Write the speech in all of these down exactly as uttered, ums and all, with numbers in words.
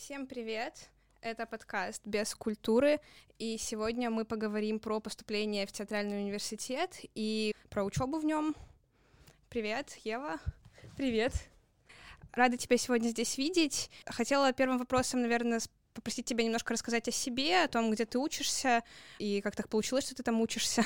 Всем привет! Это подкаст «Без культуры», и сегодня мы поговорим про поступление в театральный университет и про учебу в нем. Привет, Ева. Привет. Рада тебя сегодня здесь видеть. Хотела первым вопросом, наверное, попросить тебя немножко рассказать о себе, о том, где ты учишься, и как так получилось, что ты там учишься.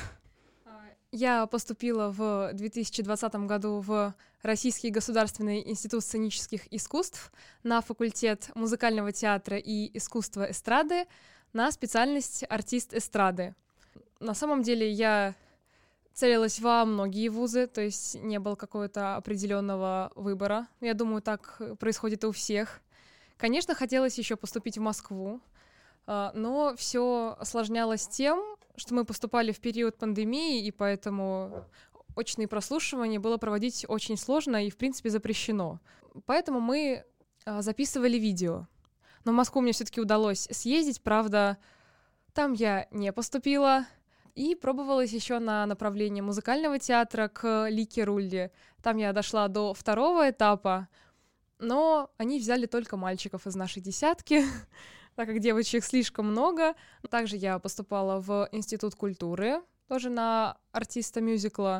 Я поступила в две тысячи двадцатом году в Российский государственный институт сценических искусств на факультет музыкального театра и искусства эстрады на специальность артист эстрады. На самом деле я целилась во многие вузы, то есть не было какого-то определенного выбора. Я думаю, так происходит и у всех. Конечно, хотелось еще поступить в Москву, но все осложнялось тем, что мы поступали в период пандемии, и поэтому очные прослушивания было проводить очень сложно и, в принципе, запрещено. Поэтому мы записывали видео. Но в Москву мне все-таки удалось съездить, правда, там я не поступила. И пробовалась еще на направлении музыкального театра к Лике Рулли. Там я дошла до второго этапа, но они взяли только мальчиков из нашей десятки, так как девочек слишком много. Также я поступала в Институт культуры, тоже на артиста мюзикла,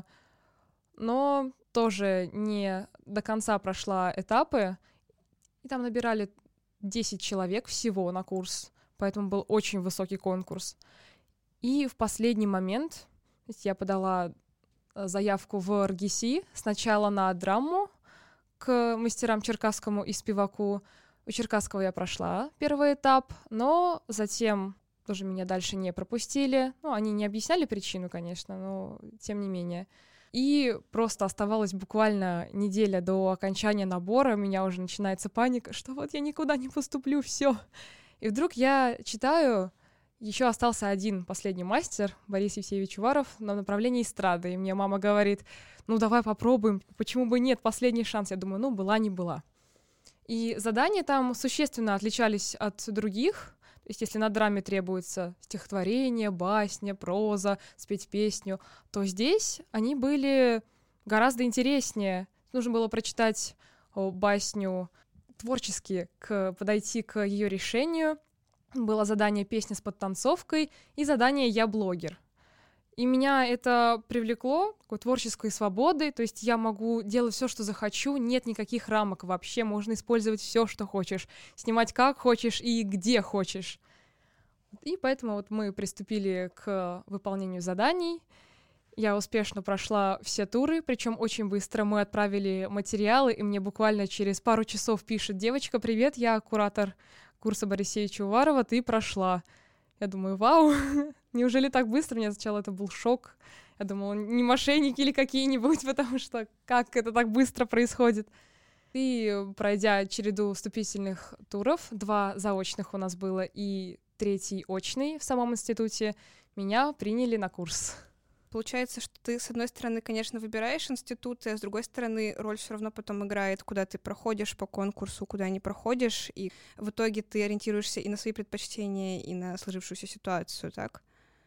но тоже не до конца прошла этапы. И там набирали десять человек всего на курс, поэтому был очень высокий конкурс. И в последний момент я подала заявку в эр гэ эс и сначала на драму к мастерам Черкасскому и Спиваку. У Черкасского я прошла первый этап, но затем тоже меня дальше не пропустили. Ну, они не объясняли причину, конечно, но тем не менее. И просто оставалась буквально неделя до окончания набора, у меня уже начинается паника, что вот я никуда не поступлю, все. И вдруг я читаю, еще остался один последний мастер, Борис Евсеевич Уваров, на направлении эстрады. И мне мама говорит, ну давай попробуем, почему бы нет, последний шанс. Я думаю, ну была не была. И задания там существенно отличались от других. То есть если на драме требуется стихотворение, басня, проза, спеть песню, то здесь они были гораздо интереснее. Нужно было прочитать басню творчески, к, подойти к ее решению. Было задание «Песня с подтанцовкой» и задание «Я блогер». И меня это привлекло такой творческой свободой, то есть я могу делать все, что захочу, нет никаких рамок вообще, можно использовать все, что хочешь, снимать как хочешь и где хочешь. И поэтому вот мы приступили к выполнению заданий. Я успешно прошла все туры, причем очень быстро мы отправили материалы, и мне буквально через пару часов пишет девочка: «Привет, я куратор курса Бориса Евсеевича Уварова, ты прошла». Я думаю, вау, неужели так быстро? Мне сначала это был шок. Я думала, не мошенники или какие-нибудь, потому что как это так быстро происходит. И пройдя череду вступительных туров, два заочных у нас было и третий очный в самом институте, меня приняли на курс. Получается, что ты, с одной стороны, конечно, выбираешь институты, а с другой стороны, роль все равно потом играет, куда ты проходишь по конкурсу, куда не проходишь, и в итоге ты ориентируешься и на свои предпочтения, и на сложившуюся ситуацию, так?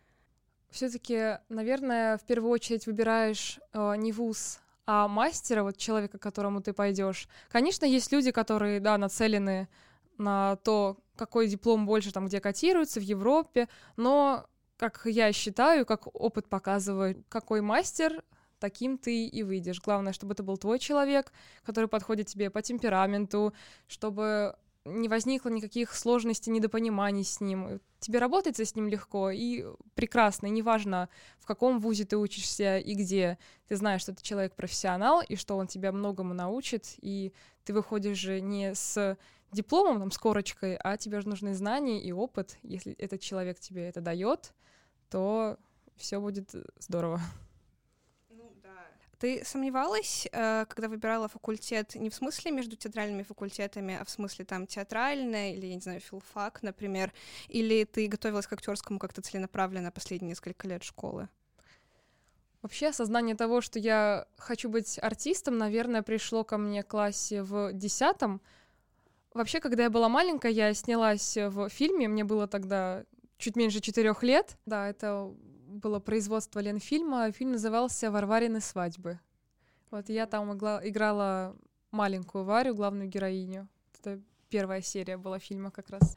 Все-таки, наверное, в первую очередь выбираешь э, не вуз, а мастера, вот человека, к которому ты пойдешь. Конечно, есть люди, которые, да, нацелены на то, какой диплом больше там где котируется в Европе, но как я считаю, как опыт показывает, какой мастер, таким ты и выйдешь. Главное, чтобы это был твой человек, который подходит тебе по темпераменту, чтобы не возникло никаких сложностей, недопониманий с ним. Тебе работается с ним легко и прекрасно, и неважно, в каком вузе ты учишься и где. Ты знаешь, что ты человек-профессионал, и что он тебя многому научит, и ты выходишь же не с дипломом, там, с корочкой, а тебе же нужны знания и опыт. Если этот человек тебе это дает, то все будет здорово. Ну да. Ты сомневалась, когда выбирала факультет, не в смысле между театральными факультетами, а в смысле там театральное или, я не знаю, филфак, например, или ты готовилась к актерскому как-то целенаправленно последние несколько лет школы? Вообще, осознание того, что я хочу быть артистом, наверное, пришло ко мне в классе в десятом. Вообще, когда я была маленькая, я снялась в фильме, мне было тогда чуть меньше четырех лет. Да, это было производство Ленфильма. Фильм назывался «Варварины свадьбы». Вот я там игла, играла маленькую Варю, главную героиню. Это первая серия была фильма как раз.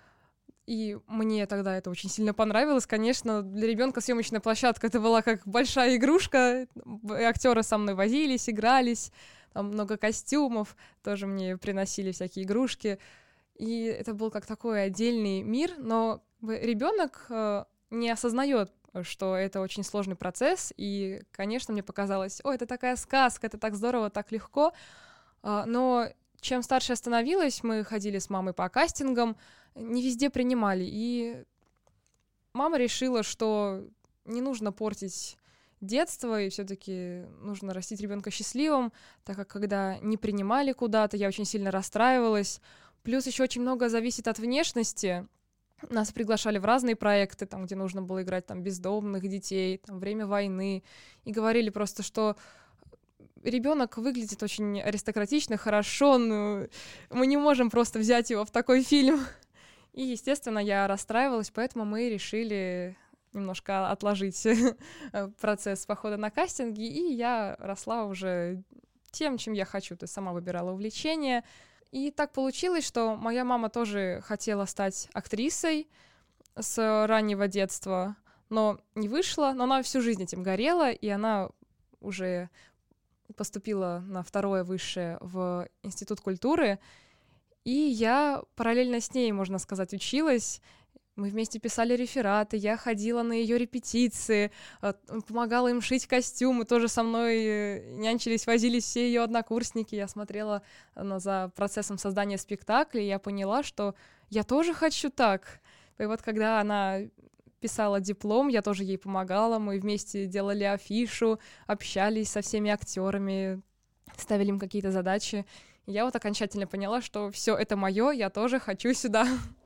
И мне тогда это очень сильно понравилось. Конечно, для ребенка съемочная площадка это была как большая игрушка. Актеры со мной возились, игрались, там много костюмов, тоже мне приносили всякие игрушки. И это был как такой отдельный мир, но ребенок не осознает, что это очень сложный процесс, и, конечно, мне показалось, о, это такая сказка, это так здорово, так легко, но чем старше я становилась, мы ходили с мамой по кастингам, не везде принимали, и мама решила, что не нужно портить детство, и все-таки нужно растить ребенка счастливым, так как когда не принимали куда-то, я очень сильно расстраивалась. Плюс еще очень много зависит от внешности. Нас приглашали в разные проекты, там, где нужно было играть там, бездомных детей, там, время войны, и говорили просто, что ребенок выглядит очень аристократично, хорошо, но мы не можем просто взять его в такой фильм. И, естественно, я расстраивалась, поэтому мы решили немножко отложить процесс похода на кастинги, и я росла уже тем, чем я хочу, то есть сама выбирала увлечения. И так получилось, что моя мама тоже хотела стать актрисой с раннего детства, но не вышла, но она всю жизнь этим горела, и она уже поступила на второе высшее в Институт культуры, и я параллельно с ней, можно сказать, училась. Мы вместе писали рефераты, я ходила на ее репетиции, помогала им шить костюмы, тоже со мной нянчились, возились все ее однокурсники. Я смотрела за процессом создания спектакля, и я поняла, что я тоже хочу так. И вот когда она писала диплом, я тоже ей помогала, мы вместе делали афишу, общались со всеми актерами, ставили им какие-то задачи. И я вот окончательно поняла, что все это мое, я тоже хочу сюда.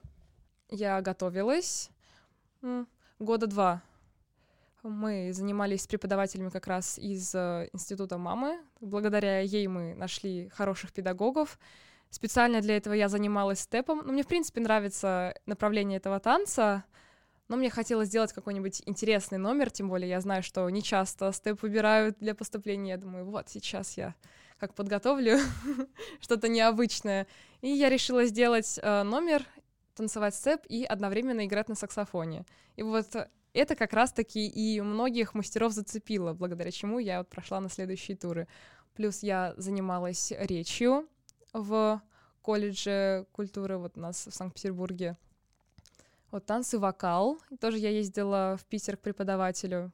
Я готовилась года два. Мы занимались с преподавателями как раз из института мамы. Благодаря ей мы нашли хороших педагогов. Специально для этого я занималась степом. Ну, мне, в принципе, нравится направление этого танца, но мне хотелось сделать какой-нибудь интересный номер, тем более я знаю, что не часто степ выбирают для поступления. Я думаю, вот сейчас я как подготовлю что-то необычное. И я решила сделать номер, танцевать степ и одновременно играть на саксофоне. И вот это как раз-таки и многих мастеров зацепило, благодаря чему я вот прошла на следующие туры. Плюс я занималась речью в колледже культуры вот у нас в Санкт-Петербурге. Вот танцы, вокал. Тоже я ездила в Питер к преподавателю.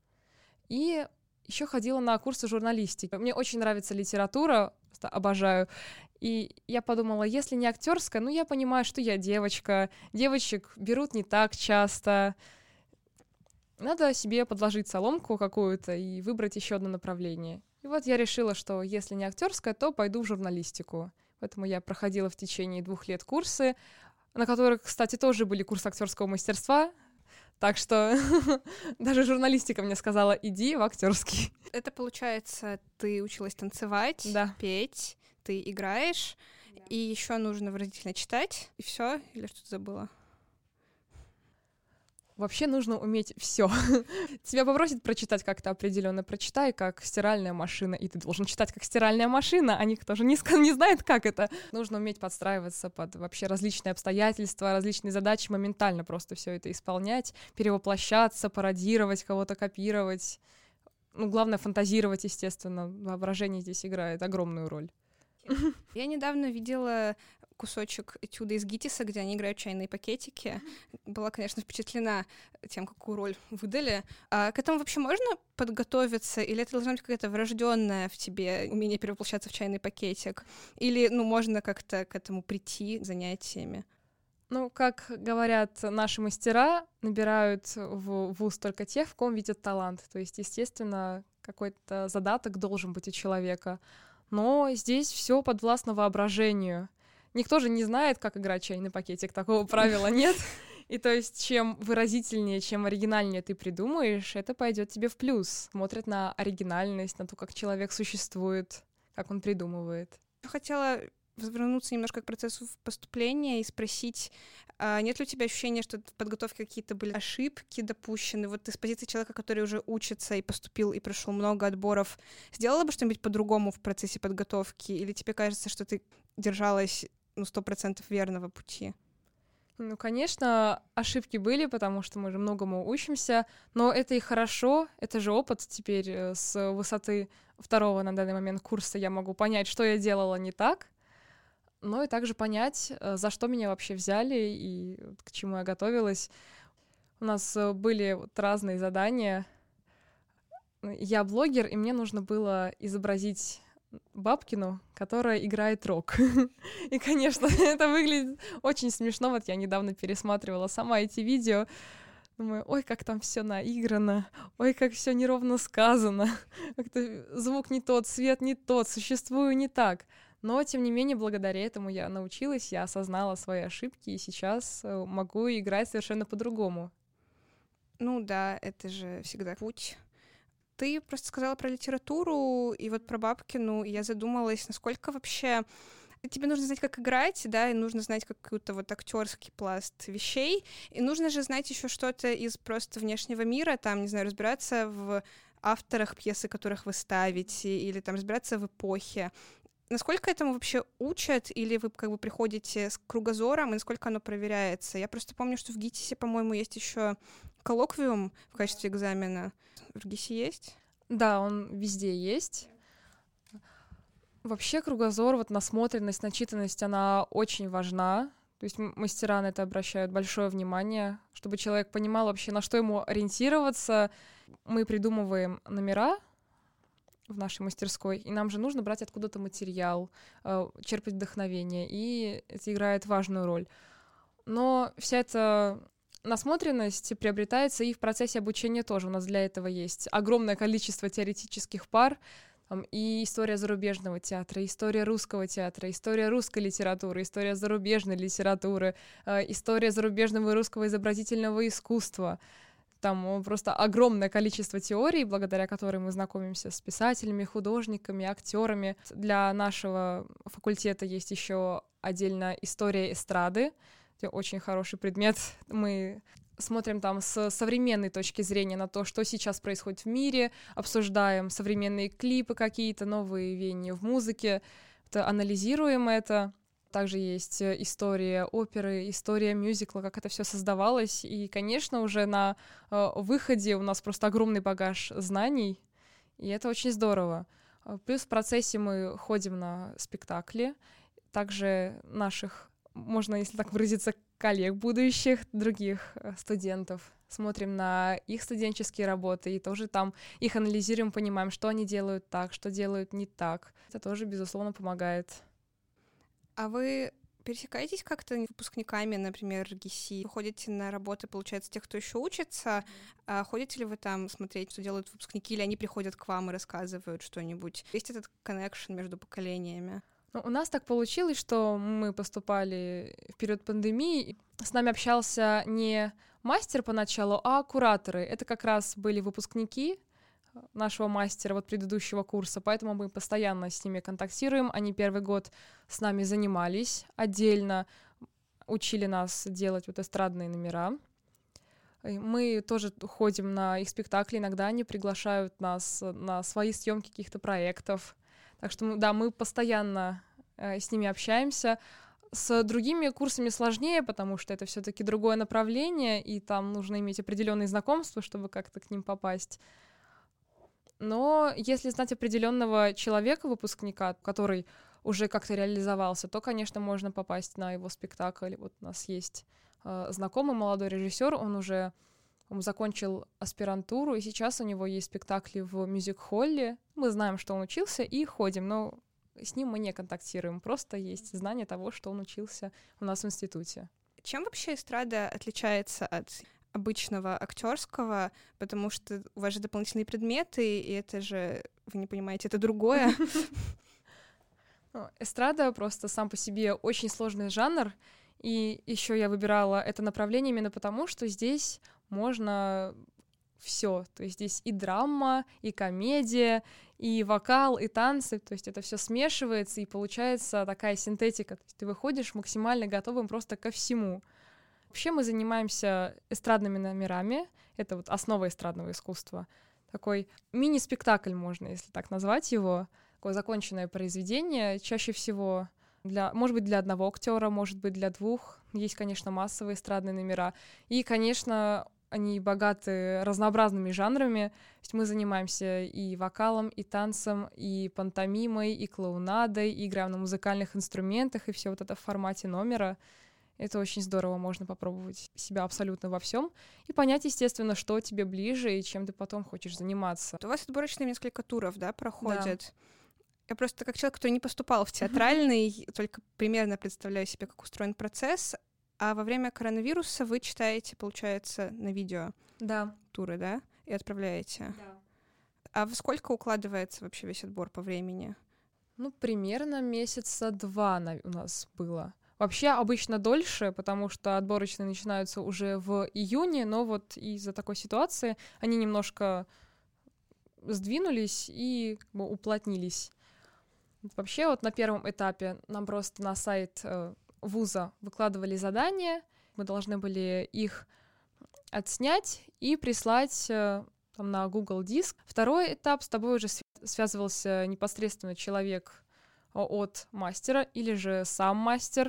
И еще ходила на курсы журналистики. Мне очень нравится литература, просто обожаю. И я подумала, если не актерская, ну, я понимаю, что я девочка. Девочек берут не так часто. Надо себе подложить соломку какую-то и выбрать еще одно направление. И вот я решила, что если не актерская, то пойду в журналистику. Поэтому я проходила в течение двух лет курсы, на которых, кстати, тоже были курсы актерского мастерства. Так что даже журналистика мне сказала, иди в актерский. Это, получается, ты училась танцевать, да. петь, ты играешь, да. И еще нужно выразительно читать, и все, или что-то забыла? Вообще нужно уметь все. Тебя попросят прочитать как-то определенно, прочитай как стиральная машина, и ты должен читать как стиральная машина, а никто же не, не знает, как это. Нужно уметь подстраиваться под вообще различные обстоятельства, различные задачи, моментально просто все это исполнять, перевоплощаться, пародировать, кого-то копировать. Ну, главное, фантазировать, естественно. Воображение здесь играет огромную роль. Я недавно видела кусочек этюда из ГИТИСа, где они играют чайные пакетики. Была, конечно, впечатлена тем, какую роль выдали. А к этому вообще можно подготовиться? Или это должна быть какая-то врожденная в тебе умение перевоплощаться в чайный пакетик? Или, ну, можно как-то к этому прийти занятиями? Ну, как говорят наши мастера, набирают в вуз только тех, в ком видят талант. То есть, естественно, какой-то задаток должен быть у человека. Но здесь все подвластно воображению. Никто же не знает, как играть чайный пакетик, такого правила нет. И то есть чем выразительнее, чем оригинальнее ты придумаешь, это пойдет тебе в плюс. Смотрят на оригинальность, на то, как человек существует, как он придумывает. Я хотела вернуться немножко к процессу поступления и спросить, а нет ли у тебя ощущения, что в подготовке какие-то были ошибки допущены? Вот ты с позиции человека, который уже учится и поступил, и прошел много отборов, сделала бы что-нибудь по-другому в процессе подготовки? Или тебе кажется, что ты держалась ну, сто процентов верного пути? Ну, конечно, ошибки были, потому что мы же многому учимся, но это и хорошо, это же опыт. Теперь э, с высоты второго на данный момент курса я могу понять, что я делала не так, но и также понять, э, за что меня вообще взяли и вот к чему я готовилась. У нас э, были вот разные задания. Я блогер, и мне нужно было изобразить Бабкину, которая играет рок. И, конечно, это выглядит очень смешно. Вот я недавно пересматривала сама эти видео. Думаю, ой, как там все наиграно, ой, как все неровно сказано, как-то звук не тот, свет не тот, существую не так. Но, тем не менее, благодаря этому я научилась, я осознала свои ошибки, и сейчас могу играть совершенно по-другому. Ну да, это же всегда путь. Ты просто сказала про литературу и вот про Бабкину, и я задумалась, насколько вообще тебе нужно знать, как играть, да, и нужно знать какой-то вот актерский пласт вещей, и нужно же знать еще что-то из просто внешнего мира, там, не знаю, разбираться в авторах пьесы, которых вы ставите, или там разбираться в эпохе. Насколько этому вообще учат, или вы как бы приходите с кругозором, и насколько оно проверяется? Я просто помню, что в ГИТИСе, по-моему, есть еще коллоквиум в качестве экзамена. В ГИСе есть? Да, он везде есть. Вообще кругозор, вот насмотренность, начитанность, она очень важна. То есть мастера на это обращают большое внимание, чтобы человек понимал вообще, на что ему ориентироваться. Мы придумываем номера в нашей мастерской, и нам же нужно брать откуда-то материал, черпать вдохновение, и это играет важную роль. Но вся эта насмотренность приобретается и в процессе обучения тоже. У нас для этого есть огромное количество теоретических пар, там, и история зарубежного театра, история русского театра, история русской литературы, история зарубежной литературы, э, история зарубежного и русского изобразительного искусства. Там просто огромное количество теорий, благодаря которой мы знакомимся с писателями, художниками, актерами. Для нашего факультета есть еще отдельно история эстрады. Это очень хороший предмет. Мы смотрим там с современной точки зрения на то, что сейчас происходит в мире, обсуждаем современные клипы какие-то, новые веяния в музыке, анализируем это. Также есть история оперы, история мюзикла, как это все создавалось. И, конечно, уже на э, выходе у нас просто огромный багаж знаний, и это очень здорово. Плюс в процессе мы ходим на спектакли, также наших, можно, если так выразиться, коллег будущих, других студентов. Смотрим на их студенческие работы и тоже там их анализируем, понимаем, что они делают так, что делают не так. Это тоже, безусловно, помогает. А вы пересекаетесь как-то с выпускниками, например, ГИСИ? Вы ходите на работы, получается, тех, кто еще учится? А ходите ли вы там смотреть, что делают выпускники, или они приходят к вам и рассказывают что-нибудь? Есть этот коннекшн между поколениями? Ну, у нас так получилось, что мы поступали в период пандемии. С нами общался не мастер поначалу, а кураторы. Это как раз были выпускники нашего мастера, вот предыдущего курса, поэтому мы постоянно с ними контактируем. Они первый год с нами занимались отдельно, учили нас делать вот эстрадные номера. Мы тоже ходим на их спектакли, иногда они приглашают нас на свои съемки каких-то проектов. Так что, да, мы постоянно э, с ними общаемся. С другими курсами сложнее, потому что это все-таки другое направление, и там нужно иметь определенные знакомства, чтобы как-то к ним попасть. Но если знать определенного человека, выпускника, который уже как-то реализовался, то, конечно, можно попасть на его спектакль. Вот у нас есть э, знакомый молодой режиссер, он уже он закончил аспирантуру, и сейчас у него есть спектакли в мюзик-холле. Мы знаем, что он учился, и ходим, но с ним мы не контактируем. Просто есть знание того, что он учился у нас в институте. Чем вообще эстрада отличается от обычного актерского, потому что у вас же дополнительные предметы, и это же, вы не понимаете, это другое. Эстрада просто сам по себе очень сложный жанр, и еще я выбирала это направление именно потому, что здесь можно все, то есть здесь и драма, и комедия, и вокал, и танцы, то есть это все смешивается, и получается такая синтетика, то есть ты выходишь максимально готовым просто ко всему. Вообще мы занимаемся эстрадными номерами, это вот основа эстрадного искусства. Такой мини-спектакль можно, если так назвать его, такое законченное произведение. Чаще всего Для, может быть, для одного актера, может быть, для двух. Есть, конечно, массовые эстрадные номера. И, конечно, они богаты разнообразными жанрами. То есть мы занимаемся и вокалом, и танцем, и пантомимой, и клоунадой, и играем на музыкальных инструментах, и все вот это в формате номера. Это очень здорово, можно попробовать себя абсолютно во всем и понять, естественно, что тебе ближе и чем ты потом хочешь заниматься. У вас отборочные несколько туров, да, проходят? Да. Я просто как человек, который не поступал в театральный, только примерно представляю себе, как устроен процесс. А во время коронавируса вы читаете, получается, на видео да. туры, да? И отправляете? Да. А во сколько укладывается вообще весь отбор по времени? Ну, примерно месяца два у нас было. Вообще обычно дольше, потому что отборочные начинаются уже в июне, но вот из-за такой ситуации они немножко сдвинулись и как бы уплотнились. Вообще вот на первом этапе нам просто на сайт э, вуза выкладывали задания, мы должны были их отснять и прислать э, там, на Google Диск. Второй этап, с тобой уже связывался непосредственно человек от мастера или же сам мастер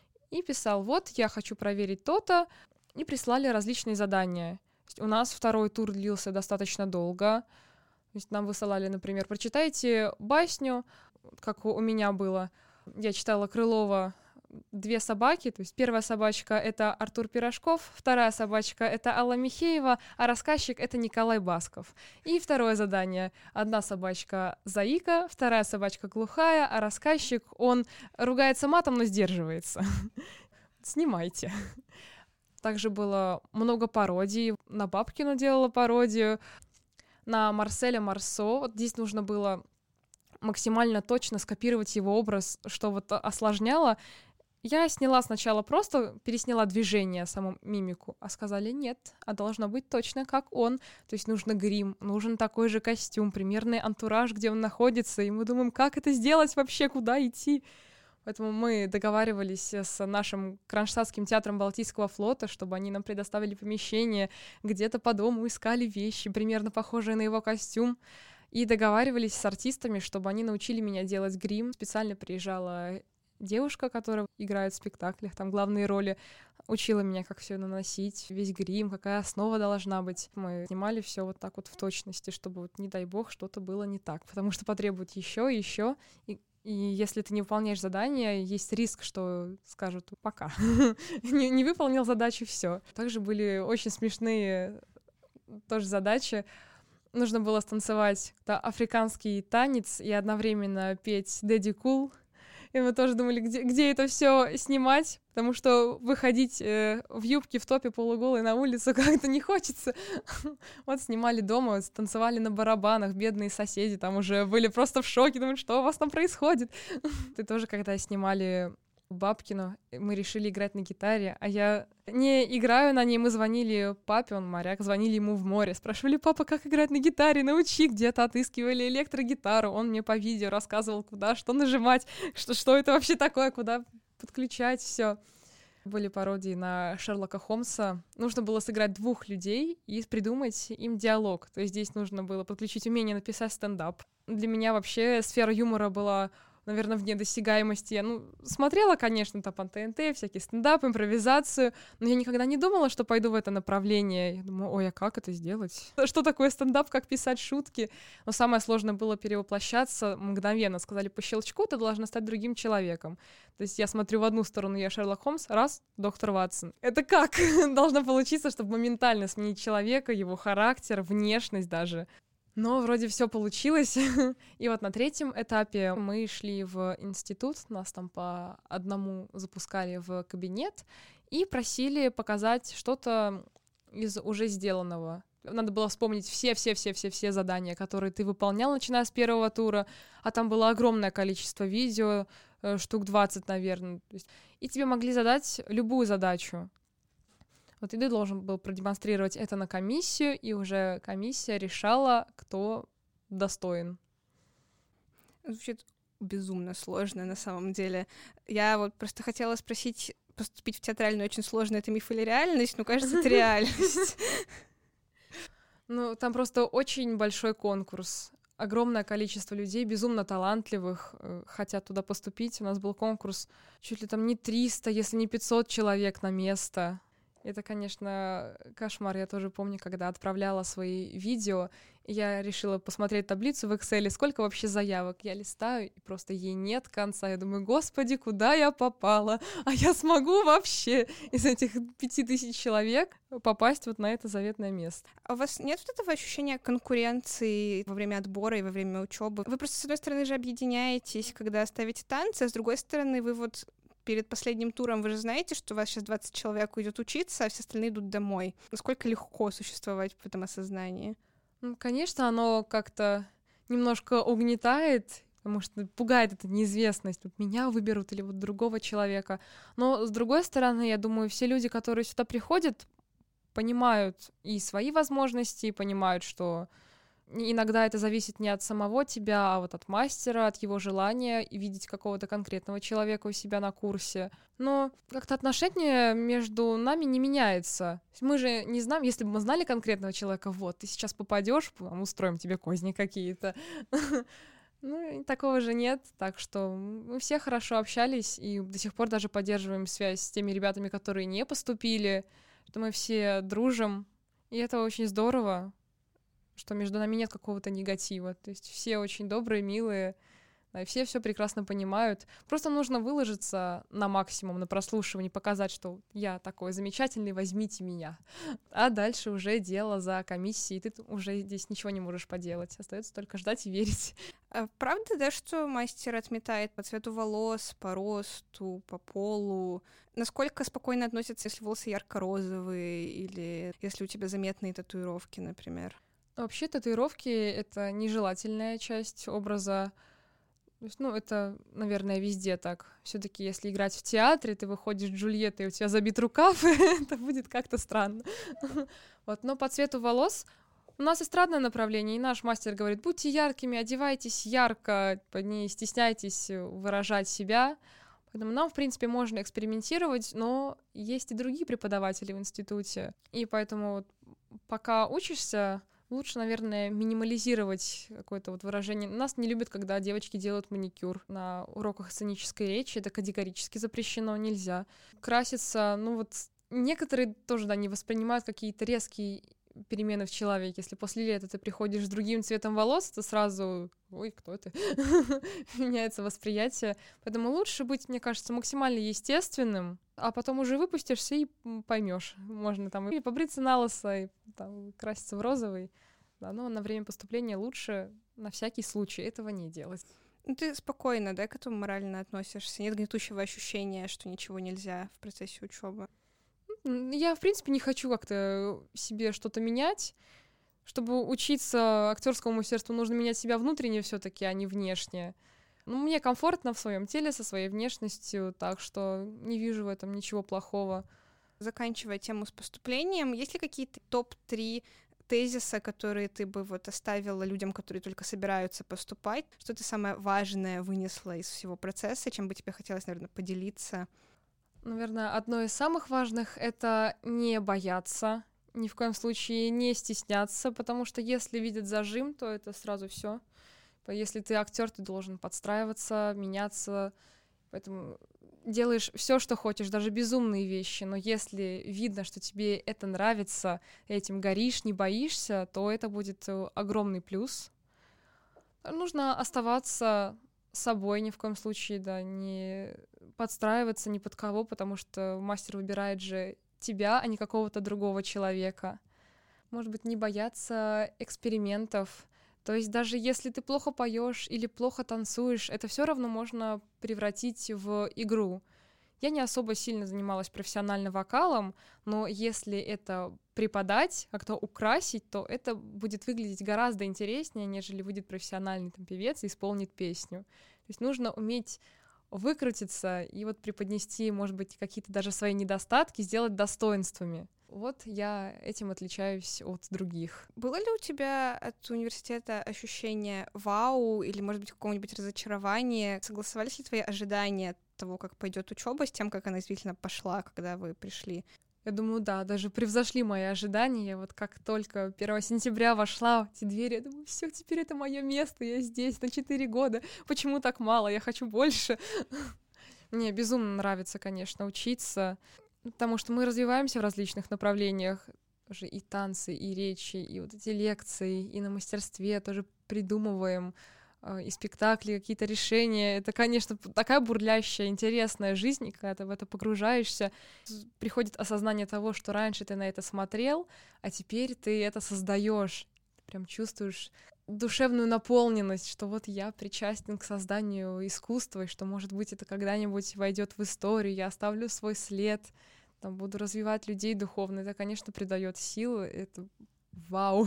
и писал: вот, я хочу проверить то-то, и прислали различные задания. У нас второй тур длился достаточно долго. То есть нам высылали, например, прочитайте басню, как у меня было. Я читала Крылова «Две собаки». То есть первая собачка — это Артур Пирожков, вторая собачка — это Алла Михеева, а рассказчик — это Николай Басков. И второе задание. Одна собачка — Заика, вторая собачка — глухая, а рассказчик, он ругается матом, но сдерживается. Снимайте. Также было много пародий. На Бабкину делала пародию. На Марселя Марсо. Вот здесь нужно было максимально точно скопировать его образ, что вот осложняло. Я сняла сначала просто, пересняла движение, саму мимику, а сказали нет, а должно быть точно как он. То есть нужно грим, нужен такой же костюм, примерный антураж, где он находится, и мы думаем, как это сделать вообще, куда идти. Поэтому мы договаривались с нашим Кронштадтским театром Балтийского флота, чтобы они нам предоставили помещение, где-то по дому искали вещи, примерно похожие на его костюм. И договаривались с артистами, чтобы они научили меня делать грим. Специально приезжала девушка, которая играет в спектаклях, там главные роли, учила меня, как все наносить, весь грим, какая основа должна быть. Мы снимали все вот так вот в точности, чтобы, вот, не дай бог, что-то было не так, потому что потребуют еще и еще. И, и если ты не выполняешь задание, есть риск, что скажут «пока». не, не выполнил задачу, все. Также были очень смешные тоже задачи. Нужно было станцевать да, африканский танец и одновременно петь «Дэдди Кул». И мы тоже думали, где, где это все снимать, потому что выходить э, в юбке, в топе полуголой на улицу как-то не хочется. Вот снимали дома, танцевали на барабанах, бедные соседи там уже были просто в шоке, думают, что у вас там происходит. Ты тоже, когда снимали Бабкину, мы решили играть на гитаре, а я не играю на ней, мы звонили папе, он моряк, звонили ему в море, спрашивали: папа, как играть на гитаре, научи, где-то отыскивали электрогитару, он мне по видео рассказывал, куда, что нажимать, что, что это вообще такое, куда подключать, все. Были пародии на Шерлока Холмса. Нужно было сыграть двух людей и придумать им диалог, то есть здесь нужно было подключить умение написать стендап. Для меня вообще сфера юмора была, наверное, вне досягаемости. Я, ну, смотрела, конечно, там по ТНТ, всякий стендап, импровизацию, но я никогда не думала, что пойду в это направление. Я думаю, ой, а как это сделать? Что такое стендап, как писать шутки? Но самое сложное было перевоплощаться мгновенно. Сказали, по щелчку ты должна стать другим человеком. То есть я смотрю в одну сторону, я Шерлок Холмс, раз, доктор Ватсон. Это как должно получиться, чтобы моментально сменить человека, его характер, внешность даже? Но вроде все получилось. И вот на третьем этапе мы шли в институт, нас там по одному запускали в кабинет и просили показать что-то из уже сделанного. Надо было вспомнить все-все-все-все-все задания, которые ты выполнял, начиная с первого тура, а там было огромное количество видео, штук двадцать, наверное. И тебе могли задать любую задачу. Вот и ты должен был продемонстрировать это на комиссию, и уже комиссия решала, кто достоин. Звучит безумно сложно на самом деле. Я вот просто хотела спросить, поступить в театральную очень сложно, это миф или реальность? Ну, кажется, это реальность. Ну, там просто очень большой конкурс. огромное количество людей, безумно талантливых, э, хотят туда поступить. У нас был конкурс чуть ли там не триста, если не пятьсот человек на место. Это, конечно, кошмар. Я тоже помню, когда отправляла свои видео, я решила посмотреть таблицу в Excel, сколько вообще заявок. Я листаю, и просто ей нет конца. Я думаю, господи, куда я попала? А я смогу вообще из этих пяти тысяч человек попасть вот на это заветное место. А у вас нет вот этого ощущения конкуренции во время отбора и во время учебы? Вы просто, с одной стороны, же объединяетесь, когда ставите танцы, а с другой стороны, вы вот перед последним туром вы же знаете, что у вас сейчас двадцать человек уйдет учиться, а все остальные идут домой. Насколько легко существовать в этом осознании? Ну, конечно, оно как-то немножко угнетает, потому что пугает эта неизвестность. Вот меня выберут или вот другого человека. Но, с другой стороны, я думаю, все люди, которые сюда приходят, понимают и свои возможности, и понимают, что иногда это зависит не от самого тебя, а вот от мастера, от его желания и видеть какого-то конкретного человека у себя на курсе. Но как-то отношение между нами не меняется. Мы же не знаем, если бы мы знали конкретного человека, вот, ты сейчас попадешь, мы устроим тебе козни какие-то. Ну, такого же нет, так что мы все хорошо общались и до сих пор даже поддерживаем связь с теми ребятами, которые не поступили, что мы все дружим, и это очень здорово, что между нами нет какого-то негатива. То есть все очень добрые, милые, да, и все все прекрасно понимают. Просто нужно выложиться на максимум, на прослушивание, показать, что я такой замечательный, возьмите меня. А дальше уже дело за комиссией, ты уже здесь ничего не можешь поделать. Остается только ждать и верить. А правда, да, что мастер отметает по цвету волос, по росту, по полу? Насколько спокойно относятся, если волосы ярко-розовые или если у тебя заметные татуировки, например? Вообще татуировки — это нежелательная часть образа. То есть, ну, это, наверное, везде так. Все-таки, если играть в театре, ты выходишь Джульеттой, и у тебя забит рукав, это будет как-то странно. Вот. Но по цвету волос у нас эстрадное направление, и наш мастер говорит, будьте яркими, одевайтесь ярко, не стесняйтесь выражать себя. Поэтому нам, в принципе, можно экспериментировать, но есть и другие преподаватели в институте. И поэтому вот пока учишься, лучше, наверное, минимализировать какое-то вот выражение. Нас не любят, когда девочки делают маникюр на уроках сценической речи. Это категорически запрещено, нельзя. Краситься, ну вот некоторые тоже, да, не воспринимают какие-то резкие перемены в человеке. Если после лета ты приходишь с другим цветом волос, то сразу, ой, кто ты? Меняется восприятие. Поэтому лучше быть, мне кажется, максимально естественным, а потом уже выпустишься и поймешь. Можно там и побриться на лысо, и там, краситься в розовый. Да, но на время поступления лучше на всякий случай этого не делать. Ну, ты спокойно, да, к этому морально относишься? Нет гнетущего ощущения, что ничего нельзя в процессе учебы? Я, в принципе, не хочу как-то себе что-то менять. Чтобы учиться актерскому мастерству, нужно менять себя внутренне все-таки, а не внешне. Ну, мне комфортно в своем теле, со своей внешностью, так что не вижу в этом ничего плохого. Заканчивая тему с поступлением, есть ли какие-то топ три тезиса, которые ты бы вот оставила людям, которые только собираются поступать? Что ты самое важное вынесла из всего процесса, чем бы тебе хотелось, наверное, поделиться? Наверное, одно из самых важных — это не бояться, ни в коем случае не стесняться, потому что если видят зажим, то это сразу все. Если ты актер, ты должен подстраиваться, меняться, поэтому делаешь все, что хочешь, даже безумные вещи, но если видно, что тебе это нравится, этим горишь, не боишься, то это будет огромный плюс. Нужно оставаться собой, ни в коем случае, да, не подстраиваться ни под кого, потому что мастер выбирает же тебя, а не какого-то другого человека. Может быть, не бояться экспериментов. То есть даже если ты плохо поешь или плохо танцуешь, это все равно можно превратить в игру. Я не особо сильно занималась профессионально вокалом, но если это преподать, как-то украсить, то это будет выглядеть гораздо интереснее, нежели выйдет профессиональный там певец и исполнит песню. То есть нужно уметь выкрутиться и вот преподнести, может быть, какие-то даже свои недостатки, сделать достоинствами. Вот я этим отличаюсь от других. Было ли у тебя от университета ощущение вау или, может быть, какого-нибудь разочарования? Согласовались ли твои ожидания того, как пойдет учеба, с тем, как она действительно пошла, когда вы пришли? Я думаю, да, даже превзошли мои ожидания. Вот как только первого сентября вошла в эти двери, я думаю, все, теперь это мое место, я здесь на четыре года. Почему так мало? Я хочу больше. Мне безумно нравится, конечно, учиться, потому что мы развиваемся в различных направлениях. Тоже и танцы, и речи, и вот эти лекции, и на мастерстве тоже придумываем, и спектакли, какие-то решения. Это, конечно, такая бурлящая, интересная жизнь, и когда ты в это погружаешься, приходит осознание того, что раньше ты на это смотрел, а теперь ты это создаешь. Ты прям чувствуешь душевную наполненность, что вот я причастен к созданию искусства, и что, может быть, это когда-нибудь войдет в историю, я оставлю свой след, там, буду развивать людей духовно. Это, конечно, придает силы. Это вау!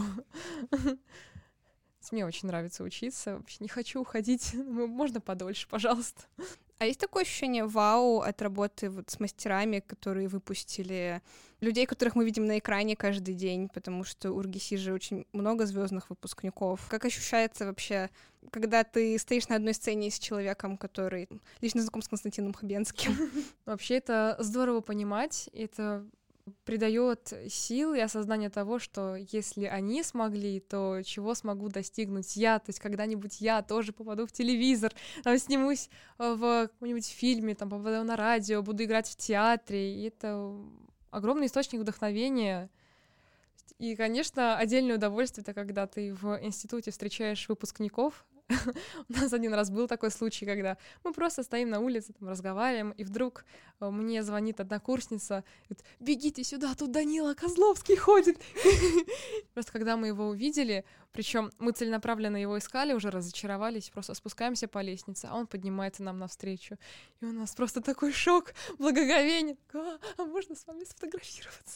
Мне очень нравится учиться. Вообще не хочу уходить. Можно подольше, пожалуйста. А есть такое ощущение вау от работы вот с мастерами, которые выпустили людей, которых мы видим на экране каждый день, потому что у эр гэ эс же очень много звездных выпускников. Как ощущается вообще, когда ты стоишь на одной сцене с человеком, который лично знаком с Константином Хабенским? Вообще это здорово понимать. Это придает сил и осознание того, что если они смогли, то чего смогу достигнуть я, то есть когда-нибудь я тоже попаду в телевизор, там, снимусь в каком-нибудь фильме, там, попаду на радио, буду играть в театре, и это огромный источник вдохновения. И, конечно, отдельное удовольствие — это когда ты в институте встречаешь выпускников. У нас один раз был такой случай, когда мы просто стоим на улице, там, разговариваем, и вдруг мне звонит однокурсница, говорит: «Бегите сюда, тут Данила Козловский ходит». Просто когда мы его увидели, причем мы целенаправленно его искали, уже разочаровались, просто спускаемся по лестнице, а он поднимается нам навстречу. И у нас просто такой шок, благоговение. А, а можно с вами сфотографироваться?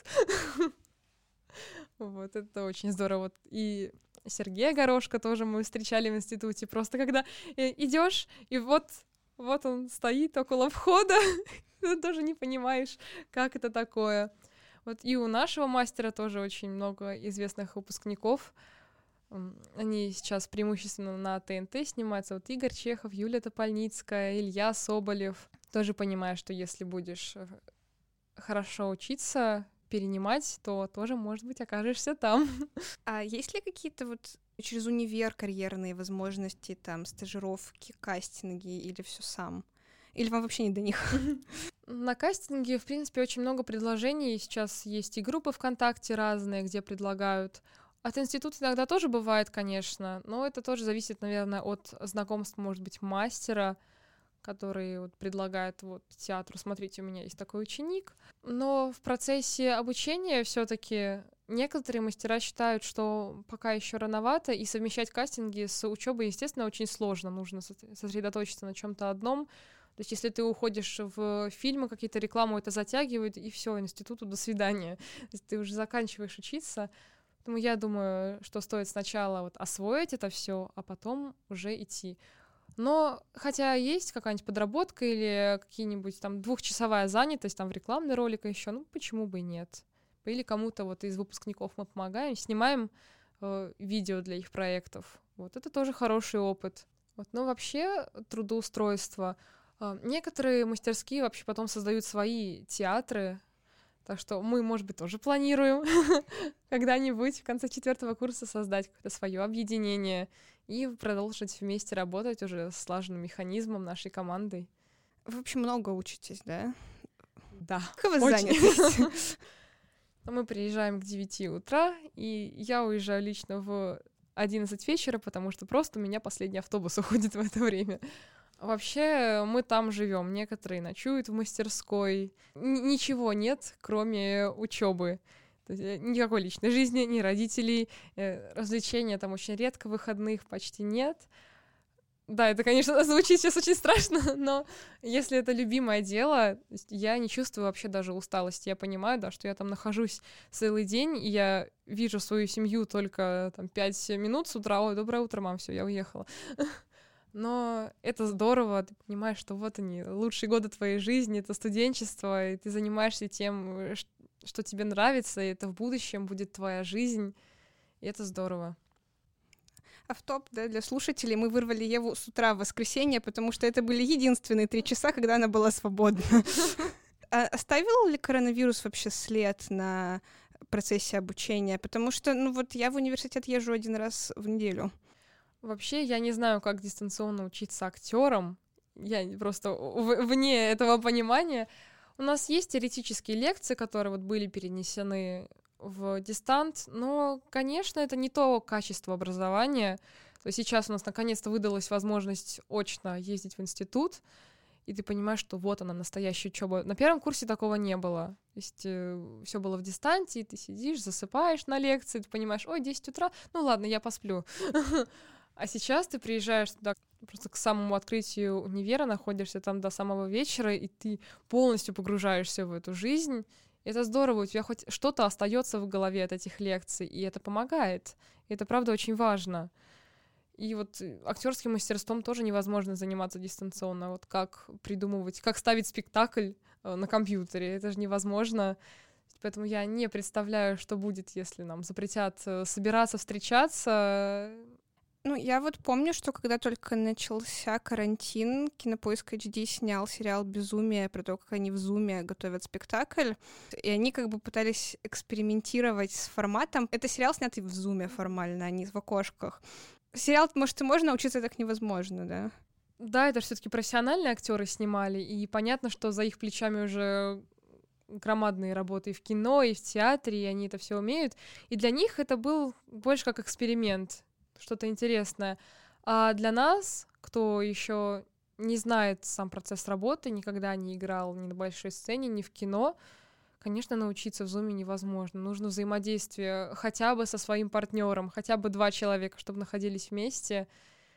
Вот, это очень здорово. И Сергея Горошко тоже мы встречали в институте. Просто когда идешь, и вот, вот он стоит около входа, ты тоже не понимаешь, как это такое. Вот и у нашего мастера тоже очень много известных выпускников. Они сейчас преимущественно на тэ эн тэ снимаются. Вот Игорь Чехов, Юлия Топольницкая, Илья Соболев. Тоже понимаешь, что если будешь хорошо учиться, перенимать, то тоже, может быть, окажешься там. А есть ли какие-то вот через универ карьерные возможности, там, стажировки, кастинги или все сам? Или вам вообще не до них? На кастинге, в принципе, очень много предложений. Сейчас есть и группы ВКонтакте разные, где предлагают. От института иногда тоже бывает, конечно, но это тоже зависит, наверное, от знакомств, может быть, мастера, который вот предлагает вот театру: смотрите, у меня есть такой ученик. Но в процессе обучения все-таки некоторые мастера считают, что пока еще рановато, и совмещать кастинги с учебой, естественно, очень сложно. Нужно сосредоточиться на чем-то одном. То есть если ты уходишь в фильмы, какие-то рекламу, это затягивает, и все, институту до свидания. То есть ты уже заканчиваешь учиться. Поэтому я думаю, что стоит сначала вот освоить это все, а потом уже идти. Но хотя есть какая-нибудь подработка или какие-нибудь там двухчасовая занятость там в рекламной ролике еще, ну почему бы и нет? Или кому-то вот из выпускников мы помогаем, снимаем э, видео для их проектов. Вот это тоже хороший опыт. Вот. Но вообще трудоустройство. Э, некоторые мастерские вообще потом создают свои театры. Так что мы, может быть, тоже планируем когда-нибудь в конце четвертого курса создать какое-то свое объединение и продолжить вместе работать уже с слаженным механизмом нашей командой. Вы вообще много учитесь, да? Да. Как вы занятость? Мы приезжаем к девяти утра, и я уезжаю лично в одиннадцать вечера, потому что просто у меня последний автобус уходит в это время. Вообще мы там живем. Некоторые ночуют в мастерской. Н- ничего нет, кроме учебы. Никакой личной жизни, ни родителей. Развлечения там очень редко, выходных почти нет. Да, это, конечно, звучит сейчас очень страшно, но если это любимое дело, я не чувствую вообще даже усталости. Я понимаю, да, что я там нахожусь целый день, и я вижу свою семью только там пять минут с утра. Ой, доброе утро, мам, все, я уехала. Но это здорово, ты понимаешь, что вот они, лучшие годы твоей жизни, это студенчество, и ты занимаешься тем, что тебе нравится, и это в будущем будет твоя жизнь, и это здорово. Автоп, да, для слушателей. Мы вырвали Еву с утра в воскресенье, потому что это были единственные три часа, когда она была свободна. А оставил ли коронавирус вообще след на процессе обучения? Потому что, ну вот я в университет езжу один раз в неделю. Вообще, я не знаю, как дистанционно учиться актерам. Я просто в- вне этого понимания. У нас есть теоретические лекции, которые вот были перенесены в дистант, но, конечно, это не то качество образования. То есть сейчас у нас наконец-то выдалась возможность очно ездить в институт, и ты понимаешь, что вот она, настоящая учеба. На первом курсе такого не было. То есть э, все было в дистанте, и ты сидишь, засыпаешь на лекции, ты понимаешь, ой, десять утра, ну ладно, я посплю. А сейчас ты приезжаешь туда просто к самому открытию универа, находишься там до самого вечера, и ты полностью погружаешься в эту жизнь. Это здорово, у тебя хоть что-то остается в голове от этих лекций, и это помогает. И это, правда, очень важно. И вот актерским мастерством тоже невозможно заниматься дистанционно. Вот как придумывать, как ставить спектакль на компьютере, это же невозможно. Поэтому я не представляю, что будет, если нам запретят собираться, встречаться. Ну, я вот помню, что когда только начался карантин, Кинопоиск эйч ди снял сериал «Безумие» про то, как они в Зуме готовят спектакль, и они как бы пытались экспериментировать с форматом. Это сериал, снятый в Зуме формально, а не в окошках. Сериал, может, и можно, учиться так невозможно, да? Да, это же все-таки профессиональные актеры снимали, и понятно, что за их плечами уже громадные работы и в кино, и в театре, и они это все умеют. И для них это был больше как эксперимент, что-то интересное. А для нас, кто еще не знает сам процесс работы, никогда не играл ни на большой сцене, ни в кино, конечно, научиться в зуме невозможно. Нужно взаимодействие хотя бы со своим партнером, хотя бы два человека, чтобы находились вместе.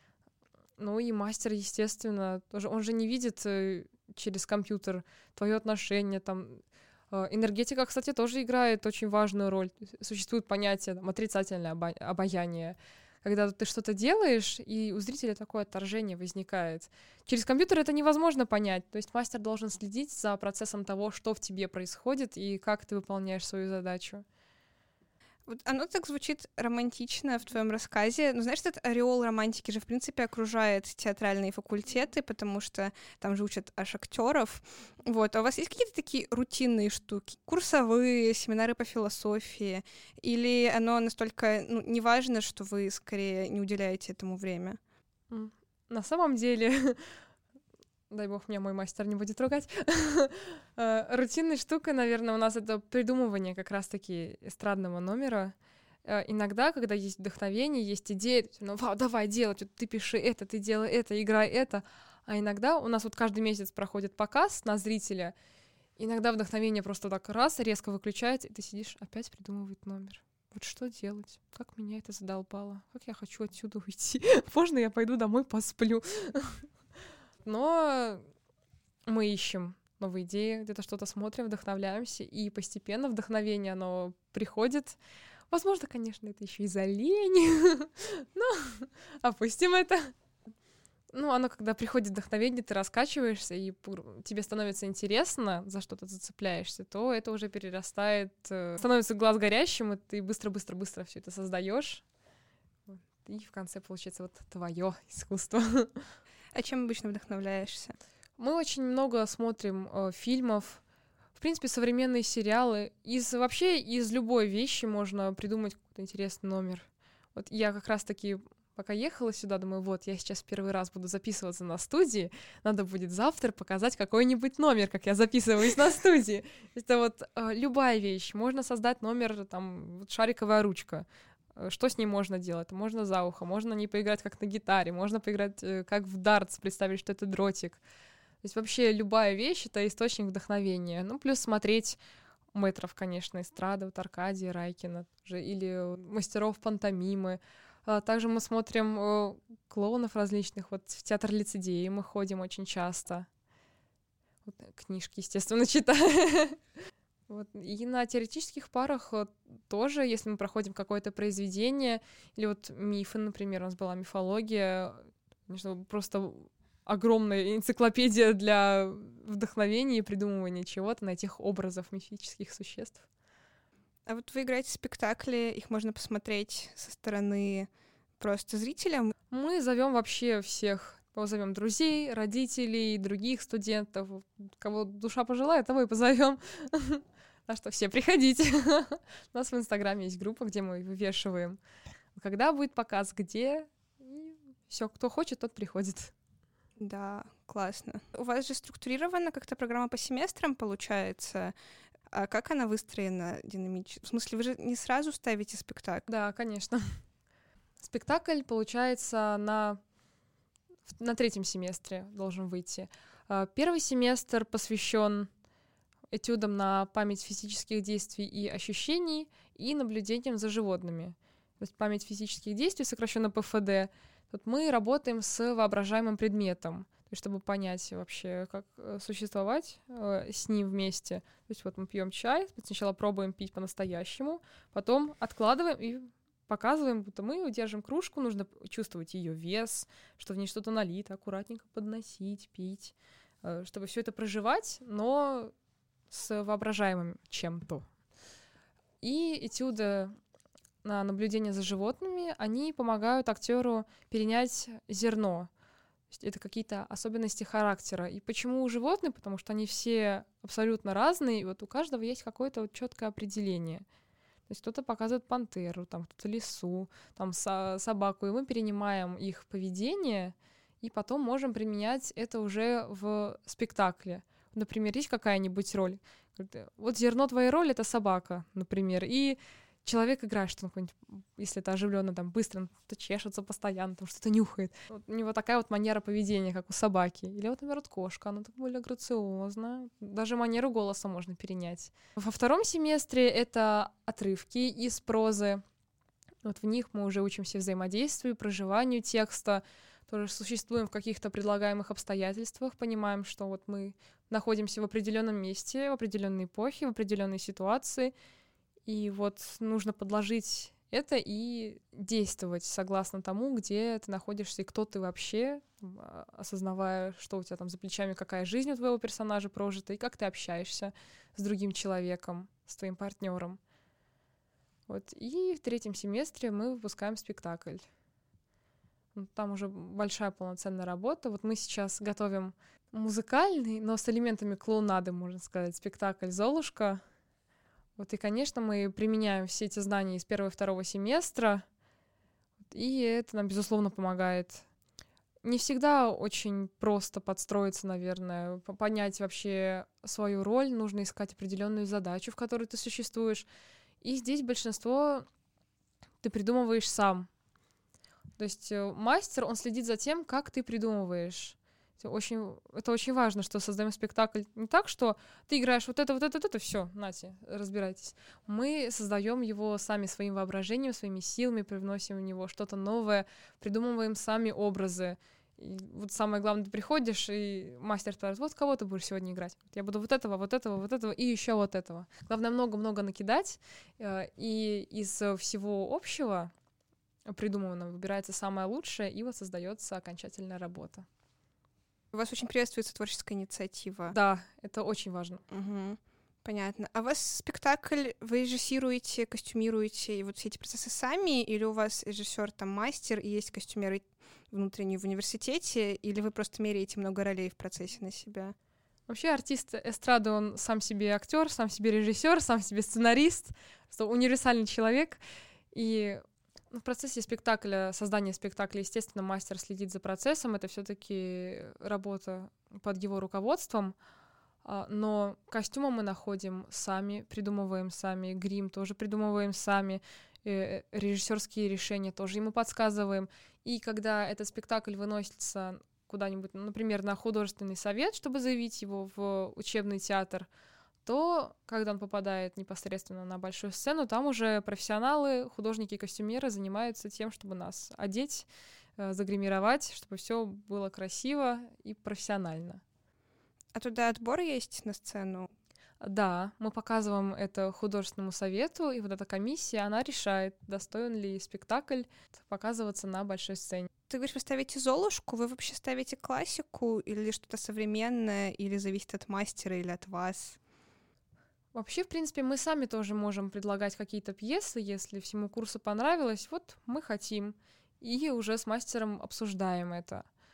Ну и мастер, естественно, тоже. Он же не видит через компьютер твое отношение, там. Энергетика, кстати, тоже играет очень важную роль. Существует понятие там, отрицательное обо- обаяние. Когда ты что-то делаешь, и у зрителя такое отторжение возникает. Через компьютер это невозможно понять. То есть мастер должен следить за процессом того, что в тебе происходит, и как ты выполняешь свою задачу. Вот оно так звучит романтично в твоем рассказе. Ну, знаешь, этот ореол романтики же, в принципе, окружает театральные факультеты, потому что там же учат аж актеров. Вот. А у вас есть какие-то такие рутинные штуки? Курсовые, семинары по философии? Или оно настолько ну, неважно, что вы скорее не уделяете этому время? На самом деле... Дай бог, меня мой мастер не будет ругать. Рутинной штукой, наверное, у нас это придумывание как раз-таки эстрадного номера. Иногда, когда есть вдохновение, есть идея, ну, вау, давай, делай, ты пиши это, ты делай это, играй это. А иногда у нас вот каждый месяц проходит показ на зрителя, иногда вдохновение просто так раз, резко выключается, и ты сидишь, опять придумывать номер. Вот что делать? Как меня это задолбало? Как я хочу отсюда уйти? Можно я пойду домой посплю? Но мы ищем новые идеи, где-то что-то смотрим, вдохновляемся, и постепенно вдохновение, оно приходит. Возможно, конечно, это еще из-за лени, но опустим это. Ну, оно, когда приходит вдохновение, ты раскачиваешься, и тебе становится интересно, за что ты зацепляешься, то это уже перерастает, становится глаз горящим, и ты быстро-быстро-быстро все это создаешь. И в конце получается вот твое искусство. А чем обычно вдохновляешься? Мы очень много смотрим э, фильмов, в принципе, современные сериалы. Из вообще из любой вещи можно придумать какой-то интересный номер. Вот я как раз-таки, пока ехала сюда, думаю, вот, я сейчас первый раз буду записываться на студии, надо будет завтра показать какой-нибудь номер, как я записываюсь на студии. Это вот э, любая вещь. Можно создать номер, там, вот шариковая ручка. Что с ней можно делать? Можно за ухо, можно не поиграть как на гитаре, можно поиграть э, как в дартс, представить, что это дротик. То есть вообще любая вещь — это источник вдохновения. Ну, плюс смотреть мэтров, конечно, эстрады, вот Аркадия Райкина же, или мастеров пантомимы. А также мы смотрим э, клоунов различных. Вот в театр лицедеи мы ходим очень часто. Вот, книжки, естественно, читаем. Вот. И на теоретических парах тоже, если мы проходим какое-то произведение, или вот мифы, например, у нас была мифология, конечно, просто огромная энциклопедия для вдохновения и придумывания чего-то на этих образов мифических существ. А вот вы играете в спектакли, их можно посмотреть со стороны просто зрителя? Мы зовем вообще всех Позовем друзей, родителей, других студентов, кого душа пожелает, того и позовем. Так что все приходите. У нас в Инстаграме есть группа, где мы вывешиваем, когда будет показ, где. И все, кто хочет, тот приходит. Да, классно. У вас же структурирована как-то программа по семестрам, получается. А как она выстроена динамически? В смысле, вы же не сразу ставите спектакль? Да, конечно. Спектакль, получается, на, на третьем семестре должен выйти. Первый семестр посвящен этюдам на память физических действий и ощущений и наблюдениям за животными. То есть память физических действий, сокращенно пэ эф дэ. Тут мы работаем с воображаемым предметом, то есть чтобы понять вообще, как существовать э, с ним вместе. То есть вот мы пьем чай, сначала пробуем пить по-настоящему, потом откладываем и показываем, будто мы держим кружку, нужно чувствовать ее вес, что в ней что-то налито, аккуратненько подносить, пить, э, чтобы все это проживать, но с воображаемым чем-то. И этюды на наблюдение за животными, они помогают актеру перенять зерно. То есть это какие-то особенности характера. И почему животные? Потому что они все абсолютно разные, и вот у каждого есть какое-то вот четкое определение. То есть кто-то показывает пантеру, там кто-то лису, там со- собаку, и мы перенимаем их поведение, и потом можем применять это уже в спектакле. Например, есть какая-нибудь роль. Вот зерно твоей роли — это собака, например, и человек играет, что он, если это оживленно, там быстро, он то чешется постоянно, там что-то нюхает. Вот у него такая вот манера поведения, как у собаки. Или вот, например, кошка, она так более грациозна. Даже манеру голоса можно перенять. Во втором семестре это отрывки из прозы. Вот в них мы уже учимся взаимодействию, проживанию текста, тоже существуем в каких-то предлагаемых обстоятельствах, понимаем, что вот мы находимся в определенном месте, в определенной эпохе, в определенной ситуации, и вот нужно подложить это и действовать согласно тому, где ты находишься и кто ты вообще, осознавая, что у тебя там за плечами, какая жизнь у твоего персонажа прожита, и как ты общаешься с другим человеком, с твоим партнером. Вот. И в третьем семестре мы выпускаем спектакль. Там уже большая полноценная работа. Вот мы сейчас готовим музыкальный, но с элементами клоунады, можно сказать, спектакль «Золушка». Вот, и, конечно, мы применяем все эти знания из первого и второго семестра, и это нам, безусловно, помогает. Не всегда очень просто подстроиться, наверное, понять вообще свою роль, нужно искать определенную задачу, в которой ты существуешь, и здесь большинство ты придумываешь сам. То есть мастер, он следит за тем, как ты придумываешь. Это очень, это очень важно, что создаем спектакль не так, что ты играешь вот это, вот это, вот это, все, нате, разбирайтесь. Мы создаем его сами своим воображением, своими силами, привносим в него что-то новое, придумываем сами образы. И вот самое главное, ты приходишь, и мастер говорит: вот кого ты будешь сегодня играть? Я буду вот этого, вот этого, вот этого и еще вот этого. Главное много-много накидать, и из всего общего придуманного выбирается самое лучшее, и вот создается окончательная работа. У вас очень приветствуется творческая инициатива. Да, это очень важно. Угу. Понятно. А у вас спектакль, вы режиссируете, костюмируете и вот все эти процессы сами, или у вас режиссер там мастер и есть костюмеры внутренние в университете, или вы просто меряете много ролей в процессе на себя? Вообще артист эстрады, он сам себе актер, сам себе режиссер, сам себе сценарист, что универсальный человек. И в процессе спектакля, создания спектакля, естественно, мастер следит за процессом, это все-таки работа под его руководством, но костюмы мы находим сами, придумываем сами, грим тоже придумываем сами, режиссерские решения тоже ему подсказываем. И когда этот спектакль выносится куда-нибудь, например, на художественный совет, чтобы заявить его в учебный театр, то, когда он попадает непосредственно на большую сцену, там уже профессионалы, художники и костюмеры занимаются тем, чтобы нас одеть, загримировать, чтобы все было красиво и профессионально. А туда отбор есть на сцену? Да, мы показываем это художественному совету, и вот эта комиссия, она решает, достоин ли спектакль показываться на большой сцене. Ты говоришь, вы ставите «Золушку», вы вообще ставите классику или что-то современное, или зависит от мастера или от вас? Вообще, в принципе, мы сами тоже можем предлагать какие-то пьесы, если всему курсу понравилось, вот мы хотим, и уже с мастером обсуждаем это.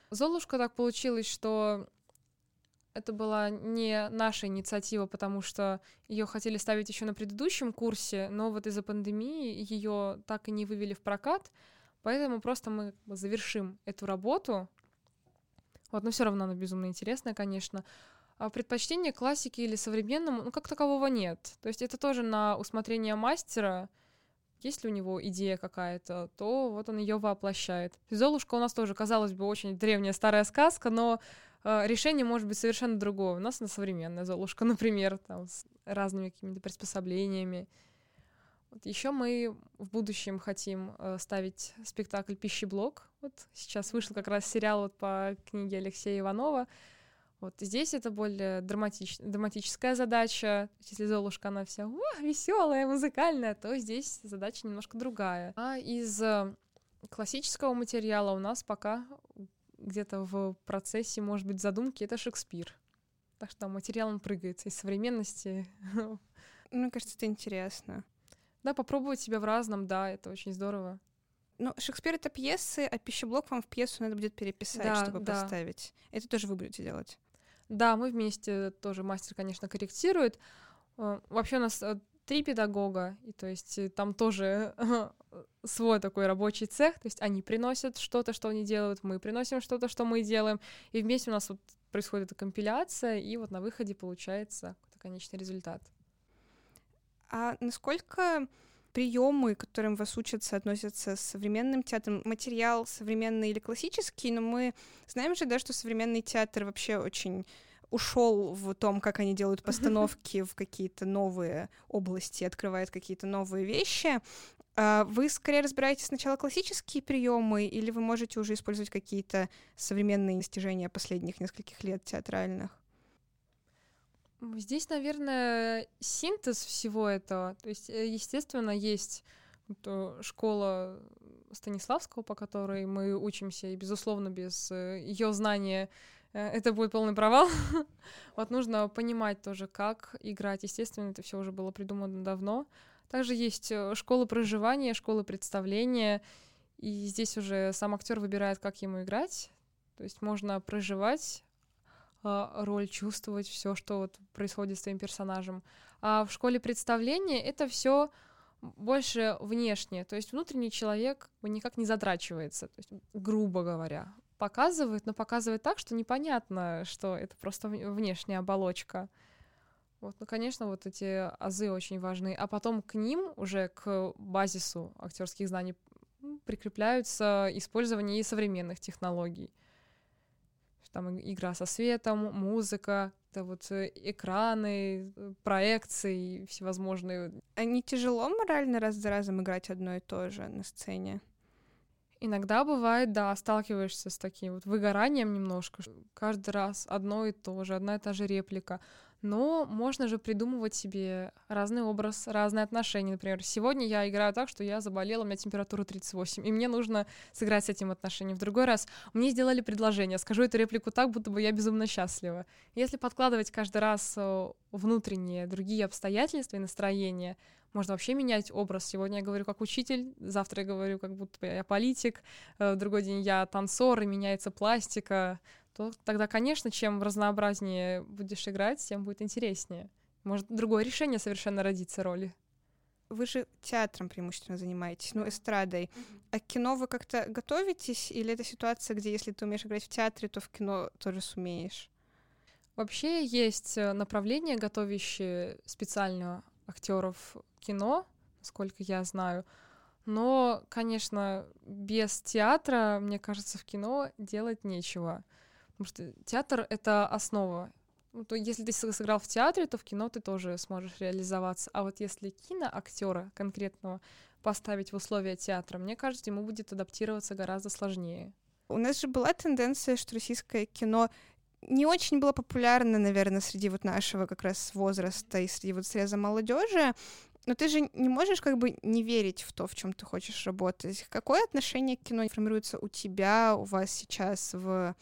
«Золушка» так получилось, что это была не наша инициатива, потому что ее хотели ставить еще на предыдущем курсе, но вот из-за пандемии ее так и не вывели в прокат, поэтому просто мы как бы завершим эту работу. Вот, но все равно она безумно интересная, конечно. А предпочтение классики или современному, ну, как такового нет. То есть это тоже на усмотрение мастера. Есть ли у него идея какая-то, то вот он ее воплощает. «Золушка» у нас тоже, казалось бы, очень древняя старая сказка, но э, решение может быть совершенно другое. У нас она современная «Золушка», например, там, с разными какими-то приспособлениями. Вот еще мы в будущем хотим э, ставить спектакль «Пищеблок». Вот сейчас вышел как раз сериал вот по книге Алексея Иванова. Вот здесь это более драматич... драматическая задача. Если «Золушка», она вся веселая, музыкальная, то здесь задача немножко другая. А из классического материала у нас пока где-то в процессе, может быть, задумки — это Шекспир. Так что материал он прыгает из современности. Мне кажется, это интересно. Да, попробовать себя в разном, да, это очень здорово. Ну, Шекспир — это пьесы, а «Пищеблок» вам в пьесу надо будет переписать, да, чтобы да. поставить. Это тоже вы будете делать? Да, мы вместе, тоже мастер, конечно, корректирует. Вообще у нас три педагога, и то есть там тоже свой такой рабочий цех, то есть они приносят что-то, что они делают, мы приносим что-то, что мы делаем, и вместе у нас вот происходит эта компиляция, и вот на выходе получается какой-то конечный результат. А насколько приемы, которым вас учат, соотносятся с современным театром? Материал современный или классический? Но мы знаем же, да, что современный театр вообще очень ушел в том, как они делают постановки в какие-то новые области, открывают какие-то новые вещи. А вы скорее разбираетесь сначала классические приемы, или вы можете уже использовать какие-то современные достижения последних нескольких лет театральных? Здесь, наверное, синтез всего этого. То есть, естественно, есть школа Станиславского, по которой мы учимся, и, безусловно, без ее знания это будет полный провал. Вот нужно понимать тоже, как играть. Естественно, это все уже было придумано давно. Также есть школы проживания, школы представления, и здесь уже сам актер выбирает, как ему играть. То есть можно проживать роль, чувствовать все, что вот происходит с твоим персонажем. А в школе представления это все больше внешне, то есть внутренний человек никак не затрачивается, то есть, грубо говоря, показывает, но показывает так, что непонятно, что это просто внешняя оболочка. Вот, ну, конечно, вот эти азы очень важны. А потом к ним, уже к базису актерских знаний, прикрепляются использование и современных технологий. Там игра со светом, музыка, это вот экраны, проекции всевозможные. А не тяжело морально раз за разом играть одно и то же на сцене? Иногда бывает, да, сталкиваешься с таким вот выгоранием немножко. Каждый раз одно и то же, одна и та же реплика. Но можно же придумывать себе разный образ, разные отношения. Например, сегодня я играю так, что я заболела, у меня температура тридцать восемь, и мне нужно сыграть с этим отношением. В другой раз мне сделали предложение, скажу эту реплику так, будто бы я безумно счастлива. Если подкладывать каждый раз внутренние другие обстоятельства и настроения, можно вообще менять образ. Сегодня я говорю как учитель, завтра я говорю как будто бы я политик, в другой день я танцор, и меняется пластика. То тогда, конечно, чем разнообразнее будешь играть, тем будет интереснее. Может, другое решение совершенно родиться роли. Вы же театром преимущественно занимаетесь, ну, эстрадой. Mm-hmm. А к кино вы как-то готовитесь? Или это ситуация, где если ты умеешь играть в театре, то в кино тоже сумеешь? Вообще есть направление, готовящее специально актеров кино, насколько я знаю. Но, конечно, без театра, мне кажется, в кино делать нечего. Потому что театр — это основа. Ну, то если ты сыграл в театре, то в кино ты тоже сможешь реализоваться. А вот если киноактера конкретного поставить в условия театра, мне кажется, ему будет адаптироваться гораздо сложнее. У нас же была тенденция, что российское кино не очень было популярно, наверное, среди вот нашего как раз возраста и среди вот среза молодежи. Но ты же не можешь как бы не верить в то, в чем ты хочешь работать. Какое отношение к кино формируется у тебя, у вас сейчас в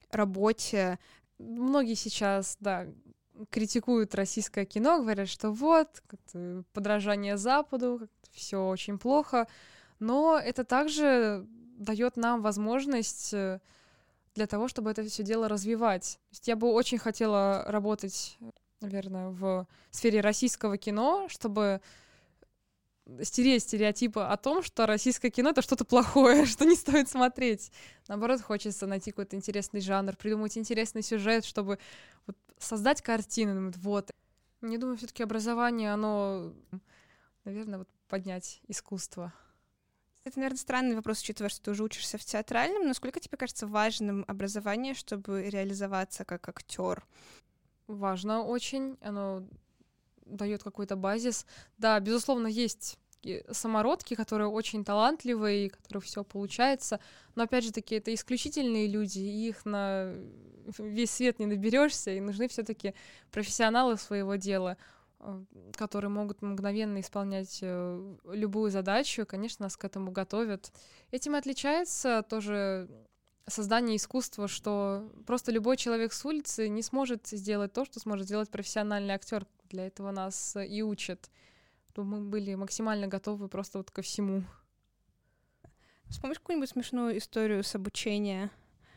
работе? Многие сейчас, да, критикуют российское кино, говорят, что вот, подражание Западу, все очень плохо, но это также дает нам возможность для того, чтобы это все дело развивать. То есть я бы очень хотела работать, наверное, в сфере российского кино, чтобы стереть стереотипы о том, что российское кино — это что-то плохое, что не стоит смотреть. Наоборот, хочется найти какой-то интересный жанр, придумать интересный сюжет, чтобы вот создать картину. Думаю, вот. Не думаю, все-таки образование, оно, наверное, вот поднять искусство. Это, наверное, странный вопрос, учитывая, что ты уже учишься в театральном. Но сколько тебе кажется важным образование, чтобы реализоваться как актер? Важно очень. Оно дает какой-то базис. Да, безусловно, есть самородки, которые очень талантливые, и которых все получается. Но опять же таки, это исключительные люди, и их на весь свет не наберешься, и нужны все-таки профессионалы своего дела, которые могут мгновенно исполнять любую задачу. Конечно, нас к этому готовят. Этим и отличается тоже создание искусства, что просто любой человек с улицы не сможет сделать то, что сможет сделать профессиональный актер. Для этого нас и учат. То мы были максимально готовы просто вот ко всему. Вспомнишь какую-нибудь смешную историю с обучения?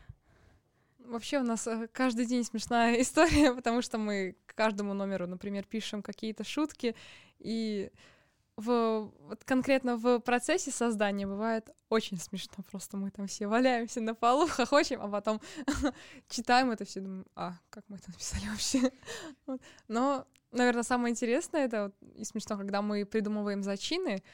Вообще у нас каждый день смешная история, потому что мы к каждому номеру, например, пишем какие-то шутки, и в, вот конкретно в процессе создания бывает очень смешно. Просто мы там все валяемся на полу, хохочем, а потом читаем это все, думаем, а, как мы это написали вообще? Вот. Но, наверное, самое интересное, это вот, и смешно, когда мы придумываем зачины.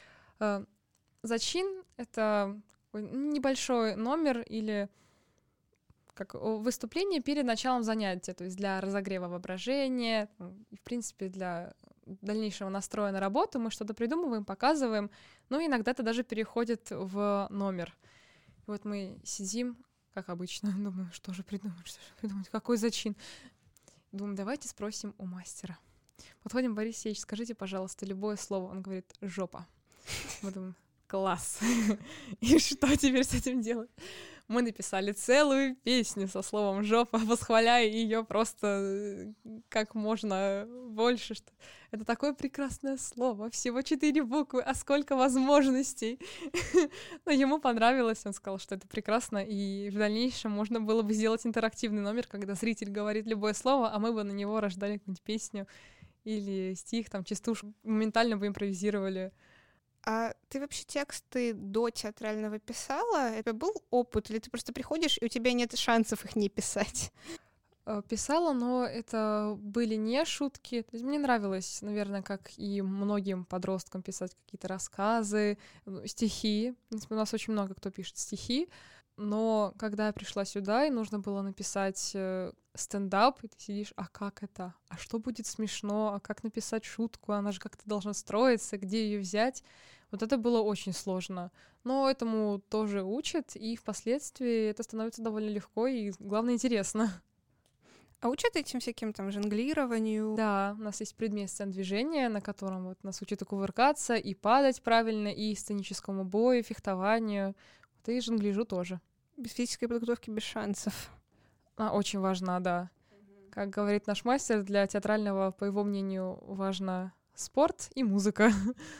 Зачин — это небольшой номер или как выступление перед началом занятия, то есть для разогрева воображения, и, в принципе, для дальнейшего настроя на работу мы что-то придумываем, показываем, ну, иногда это даже переходит в номер. И вот мы сидим, как обычно, думаем, что же придумать, что же придумать, какой зачин. Думаем, давайте спросим у мастера. Подходим, Борис Сеевич, скажите, пожалуйста, любое слово. Он говорит, жопа. Мы думаем, класс. И что теперь с этим делать? Мы написали целую песню со словом «жопа», восхваляя ее просто как можно больше. Что это такое прекрасное слово, всего четыре буквы, а сколько возможностей. Но ему понравилось, он сказал, что это прекрасно, и в дальнейшем можно было бы сделать интерактивный номер, когда зритель говорит любое слово, а мы бы на него рождали какую-нибудь песню или стих, там, частушку, моментально бы импровизировали. А ты вообще тексты до театрального писала? Это был опыт? Или ты просто приходишь, и у тебя нет шансов их не писать? Писала, но это были не шутки. То есть мне нравилось, наверное, как и многим подросткам, писать какие-то рассказы, стихи. В принципе, у нас очень много кто пишет стихи. Но когда я пришла сюда, и нужно было написать стендап, и ты сидишь, а как это? А что будет смешно? А как написать шутку? Она же как-то должна строиться, где ее взять? Вот это было очень сложно. Но этому тоже учат, и впоследствии это становится довольно легко и, главное, интересно. А учат этим всяким там жонглированию? Да, у нас есть предмет сцен-движения, на котором вот нас учат и кувыркаться, и падать правильно, и сценическому бою, фехтованию. Вот и жонгляжу тоже. Без физической подготовки без шансов. А, очень важна, да. Mm-hmm. Как говорит наш мастер, для театрального, по его мнению, важно спорт и музыка.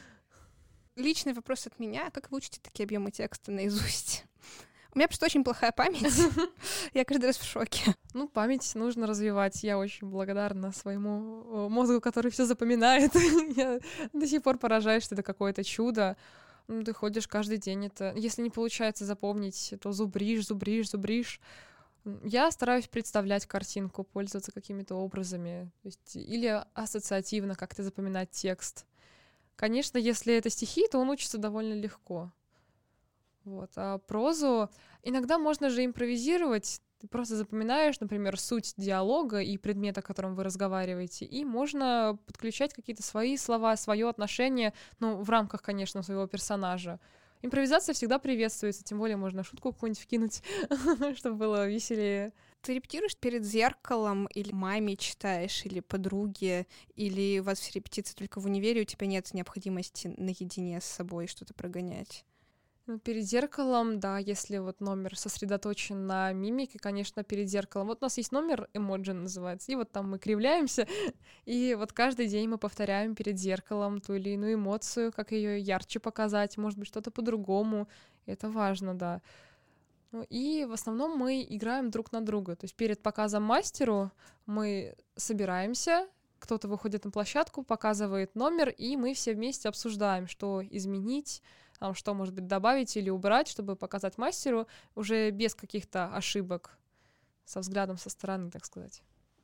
Личный вопрос от меня. Как вы учите такие объемы текста наизусть? У меня просто очень плохая память. Я каждый раз в шоке. Ну, память нужно развивать. Я очень благодарна своему мозгу, который все запоминает. Я до сих пор поражаюсь, что это какое-то чудо. Ну, ты ходишь каждый день. Это, если не получается запомнить, то зубришь, зубришь, зубришь. Я стараюсь представлять картинку, пользоваться какими-то образами. То есть, или ассоциативно как-то запоминать текст. Конечно, если это стихи, то он учится довольно легко. Вот. А прозу иногда можно же импровизировать. Ты просто запоминаешь, например, суть диалога и предмет, о котором вы разговариваете, и можно подключать какие-то свои слова, свое отношение, ну, в рамках, конечно, своего персонажа. Импровизация всегда приветствуется, тем более можно шутку какую-нибудь вкинуть, чтобы было веселее. Ты репетируешь перед зеркалом или маме читаешь, или подруге, или у вас все репетиции только в универе, у тебя нет необходимости наедине с собой что-то прогонять? Ну, перед зеркалом, да, если вот номер сосредоточен на мимике, конечно, перед зеркалом. Вот у нас есть номер, эмоджи называется, и вот там мы кривляемся, и вот каждый день мы повторяем перед зеркалом ту или иную эмоцию, как ее ярче показать, может быть, что-то по-другому. Это важно, да. Ну, и в основном мы играем друг на друга. То есть перед показом мастеру мы собираемся, кто-то выходит на площадку, показывает номер, и мы все вместе обсуждаем, что изменить, там, что, может быть, добавить или убрать, чтобы показать мастеру уже без каких-то ошибок, со взглядом со стороны, так сказать.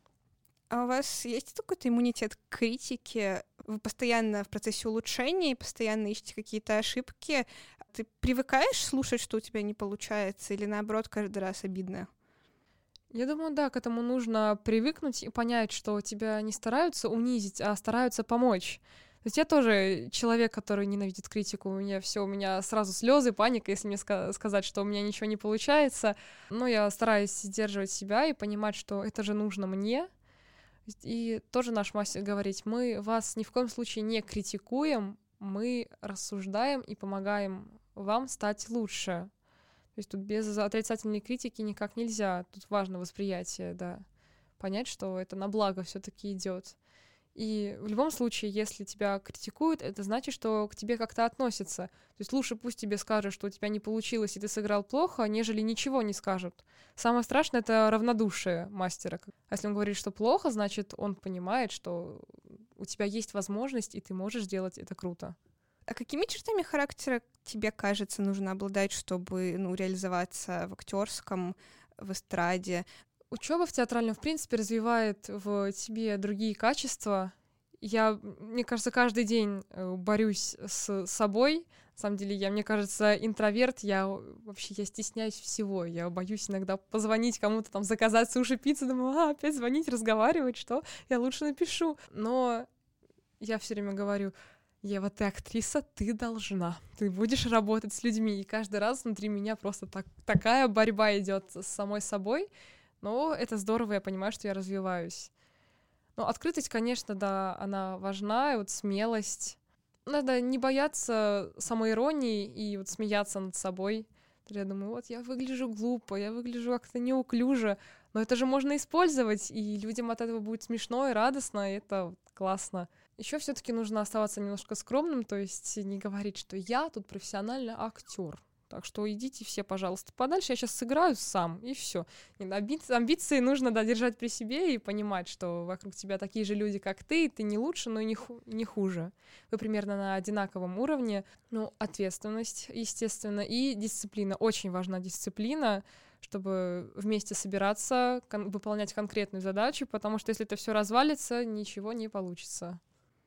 А у вас есть какой-то иммунитет к критике? Вы постоянно в процессе улучшения, постоянно ищете какие-то ошибки. Ты привыкаешь слушать, что у тебя не получается, или наоборот, каждый раз обидно? Я думаю, да, к этому нужно привыкнуть и понять, что тебя не стараются унизить, а стараются помочь. То есть я тоже человек, который ненавидит критику. У меня все, у меня сразу слезы, паника, если мне ска- сказать, что у меня ничего не получается. Но я стараюсь сдерживать себя и понимать, что это же нужно мне. И тоже наш мастер говорит, мы вас ни в коем случае не критикуем, мы рассуждаем и помогаем вам стать лучше. То есть тут без отрицательной критики никак нельзя. Тут важно восприятие, да. Понять, что это на благо все-таки идет. И в любом случае, если тебя критикуют, это значит, что к тебе как-то относятся. То есть лучше пусть тебе скажут, что у тебя не получилось, и ты сыграл плохо, нежели ничего не скажут. Самое страшное — это равнодушие мастера. А если он говорит, что плохо, значит, он понимает, что у тебя есть возможность, и ты можешь сделать это круто. А какими чертами характера тебе кажется нужно обладать, чтобы ну, реализоваться в актерском, в эстраде? Учеба в театральном, в принципе, развивает в тебе другие качества. Я, мне кажется, каждый день борюсь с собой. На самом деле, я, мне кажется, интроверт. Я вообще, я стесняюсь всего. Я боюсь иногда позвонить кому-то, там, заказать суши-пиццу. Думаю, а, опять звонить, разговаривать, что? Я лучше напишу. Но я все время говорю, Ева, ты актриса, ты должна. Ты будешь работать с людьми. И каждый раз внутри меня просто так, такая борьба идет с самой собой. Но это здорово, я понимаю, что я развиваюсь. Но открытость, конечно, да, она важна, и вот смелость. Надо не бояться самоиронии и вот смеяться над собой. Я думаю, вот я выгляжу глупо, я выгляжу как-то неуклюже, но это же можно использовать, и людям от этого будет смешно и радостно, и это классно. Еще все-таки нужно оставаться немножко скромным, то есть не говорить, что я тут профессиональный актер. Так что идите все, пожалуйста, подальше, я сейчас сыграю сам, и все. Амбиции нужно да, держать при себе и понимать, что вокруг тебя такие же люди, как ты, и ты не лучше, но и не, ху- не хуже. Вы примерно на одинаковом уровне. Ну, ответственность, естественно, и дисциплина. Очень важна дисциплина, чтобы вместе собираться, кон- выполнять конкретную задачу, потому что если это все развалится, ничего не получится.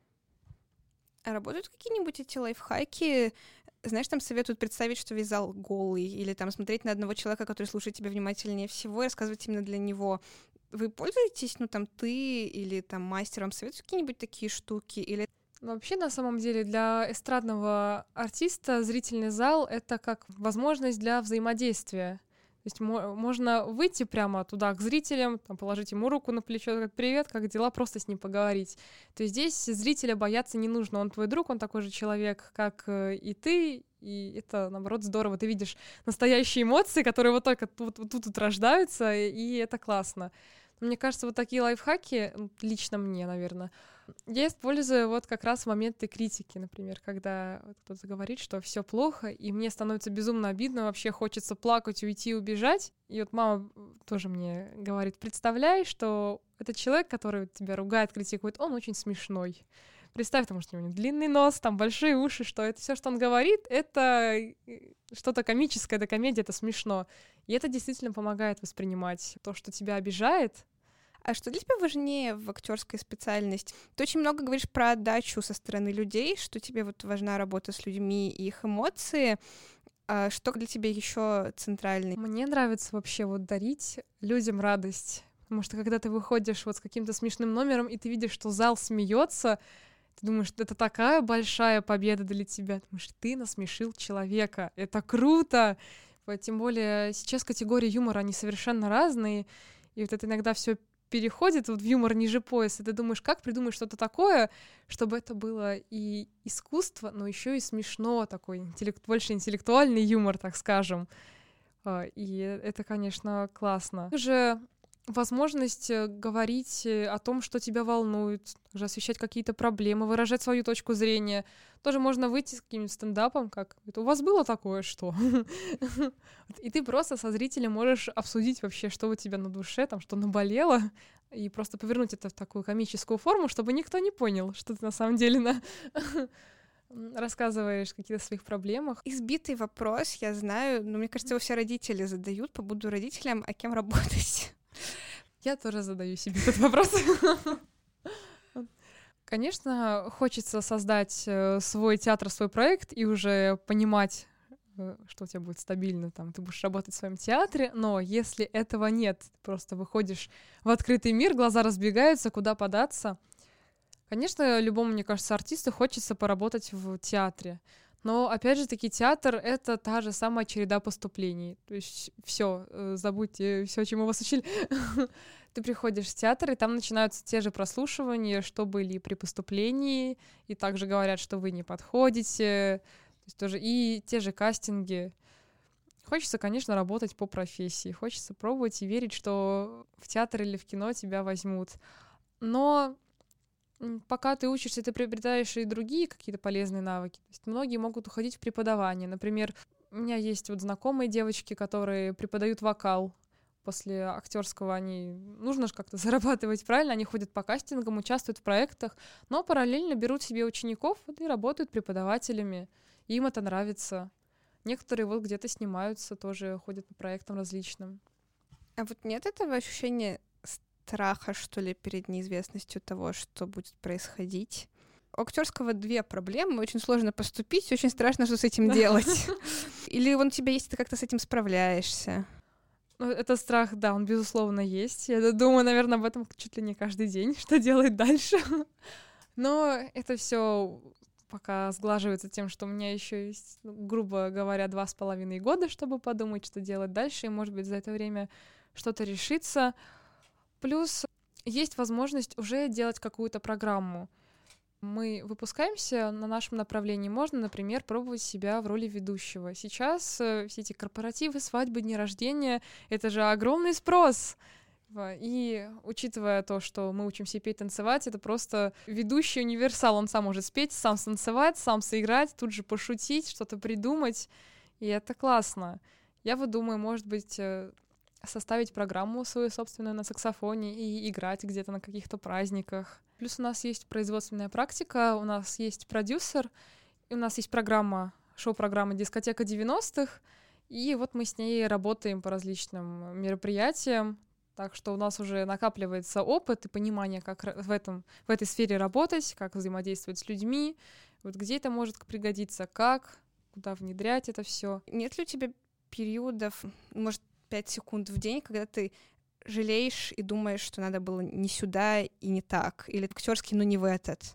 А работают какие-нибудь эти лайфхаки? Знаешь, там советуют представить, что весь зал голый, или там смотреть на одного человека, который слушает тебя внимательнее всего, и рассказывать именно для него. Вы пользуетесь, ну, там, ты или там мастер, вам советуют какие-нибудь такие штуки? Или... Но вообще, на самом деле, для эстрадного артиста зрительный зал — это как возможность для взаимодействия. То есть мо- можно выйти прямо туда к зрителям, там, положить ему руку на плечо, как «Привет, как дела?», просто с ним поговорить. То есть здесь зрителя бояться не нужно. Он твой друг, он такой же человек, как и ты, и это, наоборот, здорово. Ты видишь настоящие эмоции, которые вот только тут, тут, тут рождаются, и это классно. Мне кажется, вот такие лайфхаки, лично мне, наверное, я использую вот как раз в моменты критики, например, когда вот кто-то говорит, что все плохо, и мне становится безумно обидно, вообще хочется плакать, уйти, убежать. И вот мама тоже мне говорит, представляй, что этот человек, который тебя ругает, критикует, он очень смешной. Представь, потому что у него длинный нос, там большие уши, что это все, что он говорит, это что-то комическое, это комедия, это смешно. И это действительно помогает воспринимать то, что тебя обижает. А что для тебя важнее в актерской специальности? Ты очень много говоришь про отдачу со стороны людей, что тебе вот важна работа с людьми и их эмоции. А что для тебя еще центральный? Мне нравится вообще вот дарить людям радость. Потому что когда ты выходишь вот с каким-то смешным номером, и ты видишь, что зал смеется, ты думаешь, что это такая большая победа для тебя. Ты думаешь, ты насмешил человека. Это круто! Тем более сейчас категории юмора, они совершенно разные. И вот это иногда все переходит вот в юмор ниже пояса. Ты думаешь, как придумать что-то такое, чтобы это было и искусство, но еще и смешно, такой интеллект, больше интеллектуальный юмор, так скажем. И это, конечно, классно. Также возможность говорить о том, что тебя волнует, также освещать какие-то проблемы, выражать свою точку зрения. Тоже можно выйти с каким-нибудь стендапом, как «Это у вас было такое, что?» И ты просто со зрителем можешь обсудить вообще, что у тебя на душе, там, что наболело, и просто повернуть это в такую комическую форму, чтобы никто не понял, что ты на самом деле на... рассказываешь о каких-то своих проблемах. Избитый вопрос, я знаю, но мне кажется, его все родители задают. Побуду родителям, а кем работать? Я тоже задаю себе этот вопрос. Конечно, хочется создать свой театр, свой проект и уже понимать, что у тебя будет стабильно, там, ты будешь работать в своем театре, но если этого нет, ты просто выходишь в открытый мир, глаза разбегаются, куда податься. Конечно, любому, мне кажется, артисту хочется поработать в театре, но, опять же таки, театр — это та же самая череда поступлений. То есть все, забудьте все, чему вас учили. Ты приходишь в театр, и там начинаются те же прослушивания, что были при поступлении, и также говорят, что вы не подходите, то есть тоже и те же кастинги. Хочется, конечно, работать по профессии, хочется пробовать и верить, что в театр или в кино тебя возьмут. Но пока ты учишься, ты приобретаешь и другие какие-то полезные навыки. То есть многие могут уходить в преподавание. Например, у меня есть вот знакомые девочки, которые преподают вокал. После актерского они нужно же как-то зарабатывать, правильно? Они ходят по кастингам, участвуют в проектах, но параллельно берут себе учеников вот, и работают преподавателями. Им это нравится. Некоторые вот где-то снимаются, тоже ходят по проектам различным. А вот нет этого ощущения страха, что ли, перед неизвестностью того, что будет происходить? У актерского две проблемы. Очень сложно поступить, очень страшно, что с этим делать. Или он у тебя есть, ты как-то с этим справляешься? Это страх, да, он, безусловно, есть. Я думаю, наверное, об этом чуть ли не каждый день, что делать дальше. Но это все пока сглаживается тем, что у меня еще есть, грубо говоря, два с половиной года, чтобы подумать, что делать дальше, и, может быть, за это время что-то решится. Плюс есть возможность уже делать какую-то программу. Мы выпускаемся на нашем направлении. Можно, например, пробовать себя в роли ведущего. Сейчас э, все эти корпоративы, свадьбы, дни рождения — это же огромный спрос. И учитывая то, что мы учимся петь, танцевать, это просто ведущий универсал. Он сам может спеть, сам станцевать, сам сыграть, тут же пошутить, что-то придумать. И это классно. Я вот думаю, может быть, составить программу свою собственную на саксофоне и играть где-то на каких-то праздниках. Плюс у нас есть производственная практика, у нас есть продюсер, и у нас есть программа, шоу-программа «Дискотека девяностых», и вот мы с ней работаем по различным мероприятиям, так что у нас уже накапливается опыт и понимание, как в, этом, в этой сфере работать, как взаимодействовать с людьми, вот где это может пригодиться, как, куда внедрять это все. Нет ли у тебя периодов, может, пять секунд в день, когда ты жалеешь и думаешь, что надо было не сюда и не так, или актерский, но не в этот?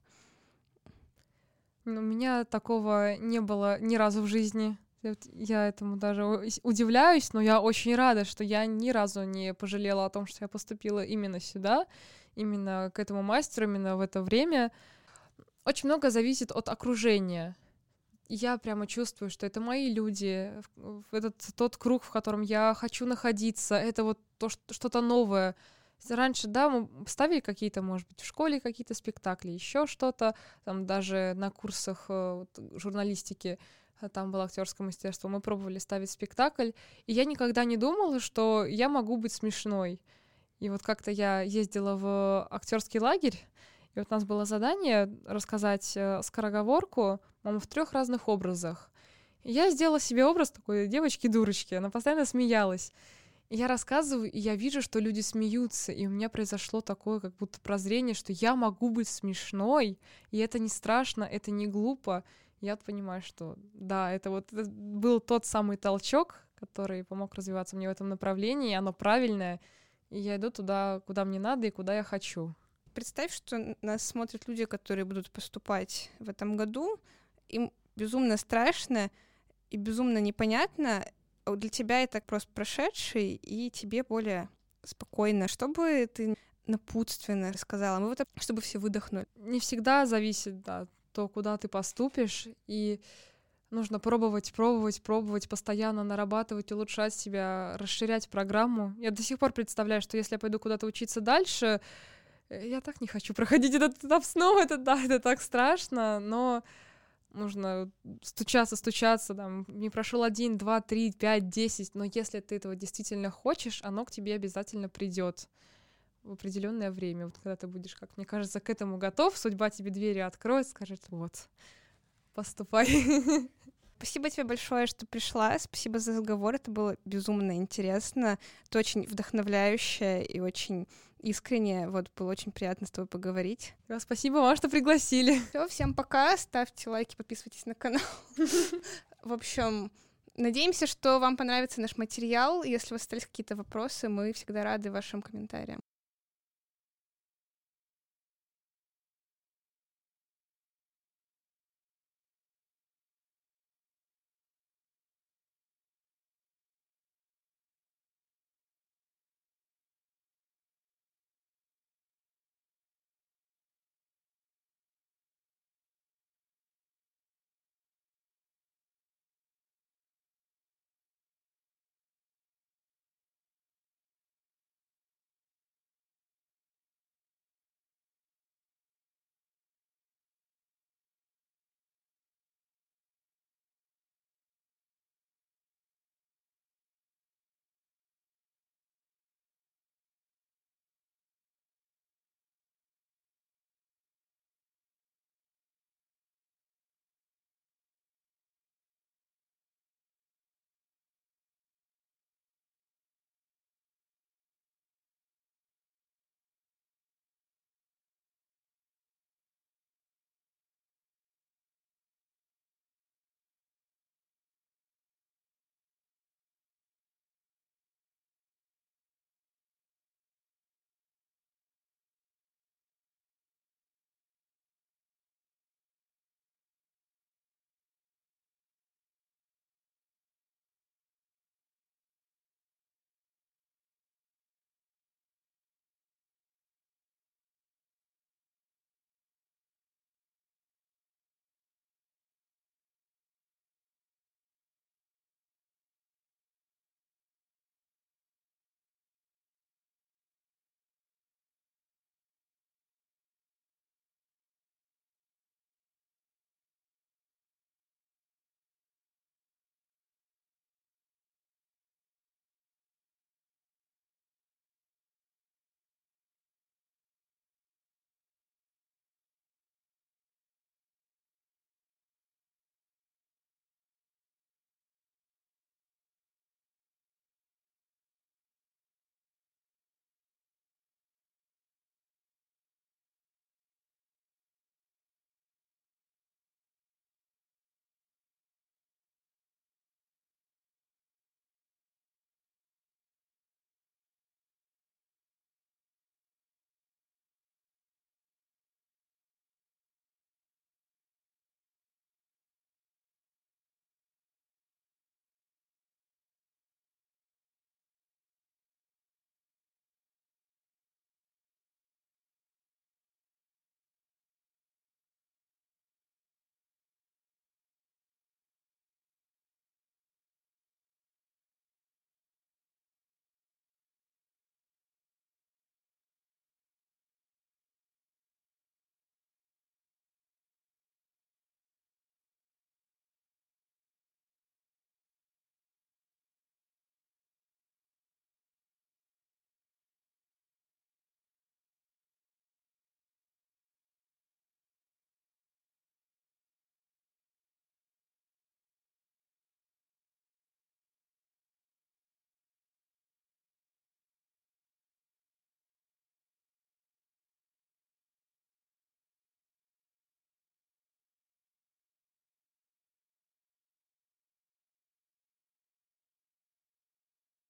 У меня такого не было ни разу в жизни. Я этому даже удивляюсь, но я очень рада, что я ни разу не пожалела о том, что я поступила именно сюда, именно к этому мастеру, именно в это время. Очень много зависит от окружения. Я прямо чувствую, что это мои люди, этот тот круг, в котором я хочу находиться, это вот то, что-то новое. Раньше, да, мы ставили какие-то, может быть, в школе какие-то спектакли, еще что-то, там даже на курсах вот, журналистики, там было актерское мастерство, мы пробовали ставить спектакль, и я никогда не думала, что я могу быть смешной. И вот как-то я ездила в актерский лагерь, и вот у нас было задание рассказать скороговорку, по-моему, в трех разных образах. И я сделала себе образ такой девочки-дурочки, она постоянно смеялась. И я рассказываю, и я вижу, что люди смеются, и у меня произошло такое как будто прозрение, что я могу быть смешной, и это не страшно, это не глупо. Я понимаю, что да, это вот это был тот самый толчок, который помог развиваться мне в этом направлении, и оно правильное, и я иду туда, куда мне надо и куда я хочу. Представь, что нас смотрят люди, которые будут поступать в этом году, им безумно страшно и безумно непонятно. Для тебя это просто прошедший, и тебе более спокойно. Что бы ты напутственно рассказала? Мы вот это, чтобы все выдохнули. Не всегда зависит, да, то, куда ты поступишь, и нужно пробовать, пробовать, пробовать, постоянно нарабатывать, улучшать себя, расширять программу. Я до сих пор представляю, что если я пойду куда-то учиться дальше, я так не хочу проходить этот этап снова, это да, это так страшно, но нужно стучаться, стучаться, там, не прошел один, два, три, пять, десять, но если ты этого действительно хочешь, оно к тебе обязательно придет в определенное время. Вот когда ты будешь, как мне кажется, к этому готов, судьба тебе двери откроет, скажет, вот, поступай. Спасибо тебе большое, что пришла. Спасибо за разговор. Это было безумно интересно. Это очень вдохновляюще и очень искренне. Вот, было очень приятно с тобой поговорить. Да, спасибо вам, что пригласили. Все, всем пока. Ставьте лайки, подписывайтесь на канал. В общем, надеемся, что вам понравится наш материал. Если у вас остались какие-то вопросы, мы всегда рады вашим комментариям.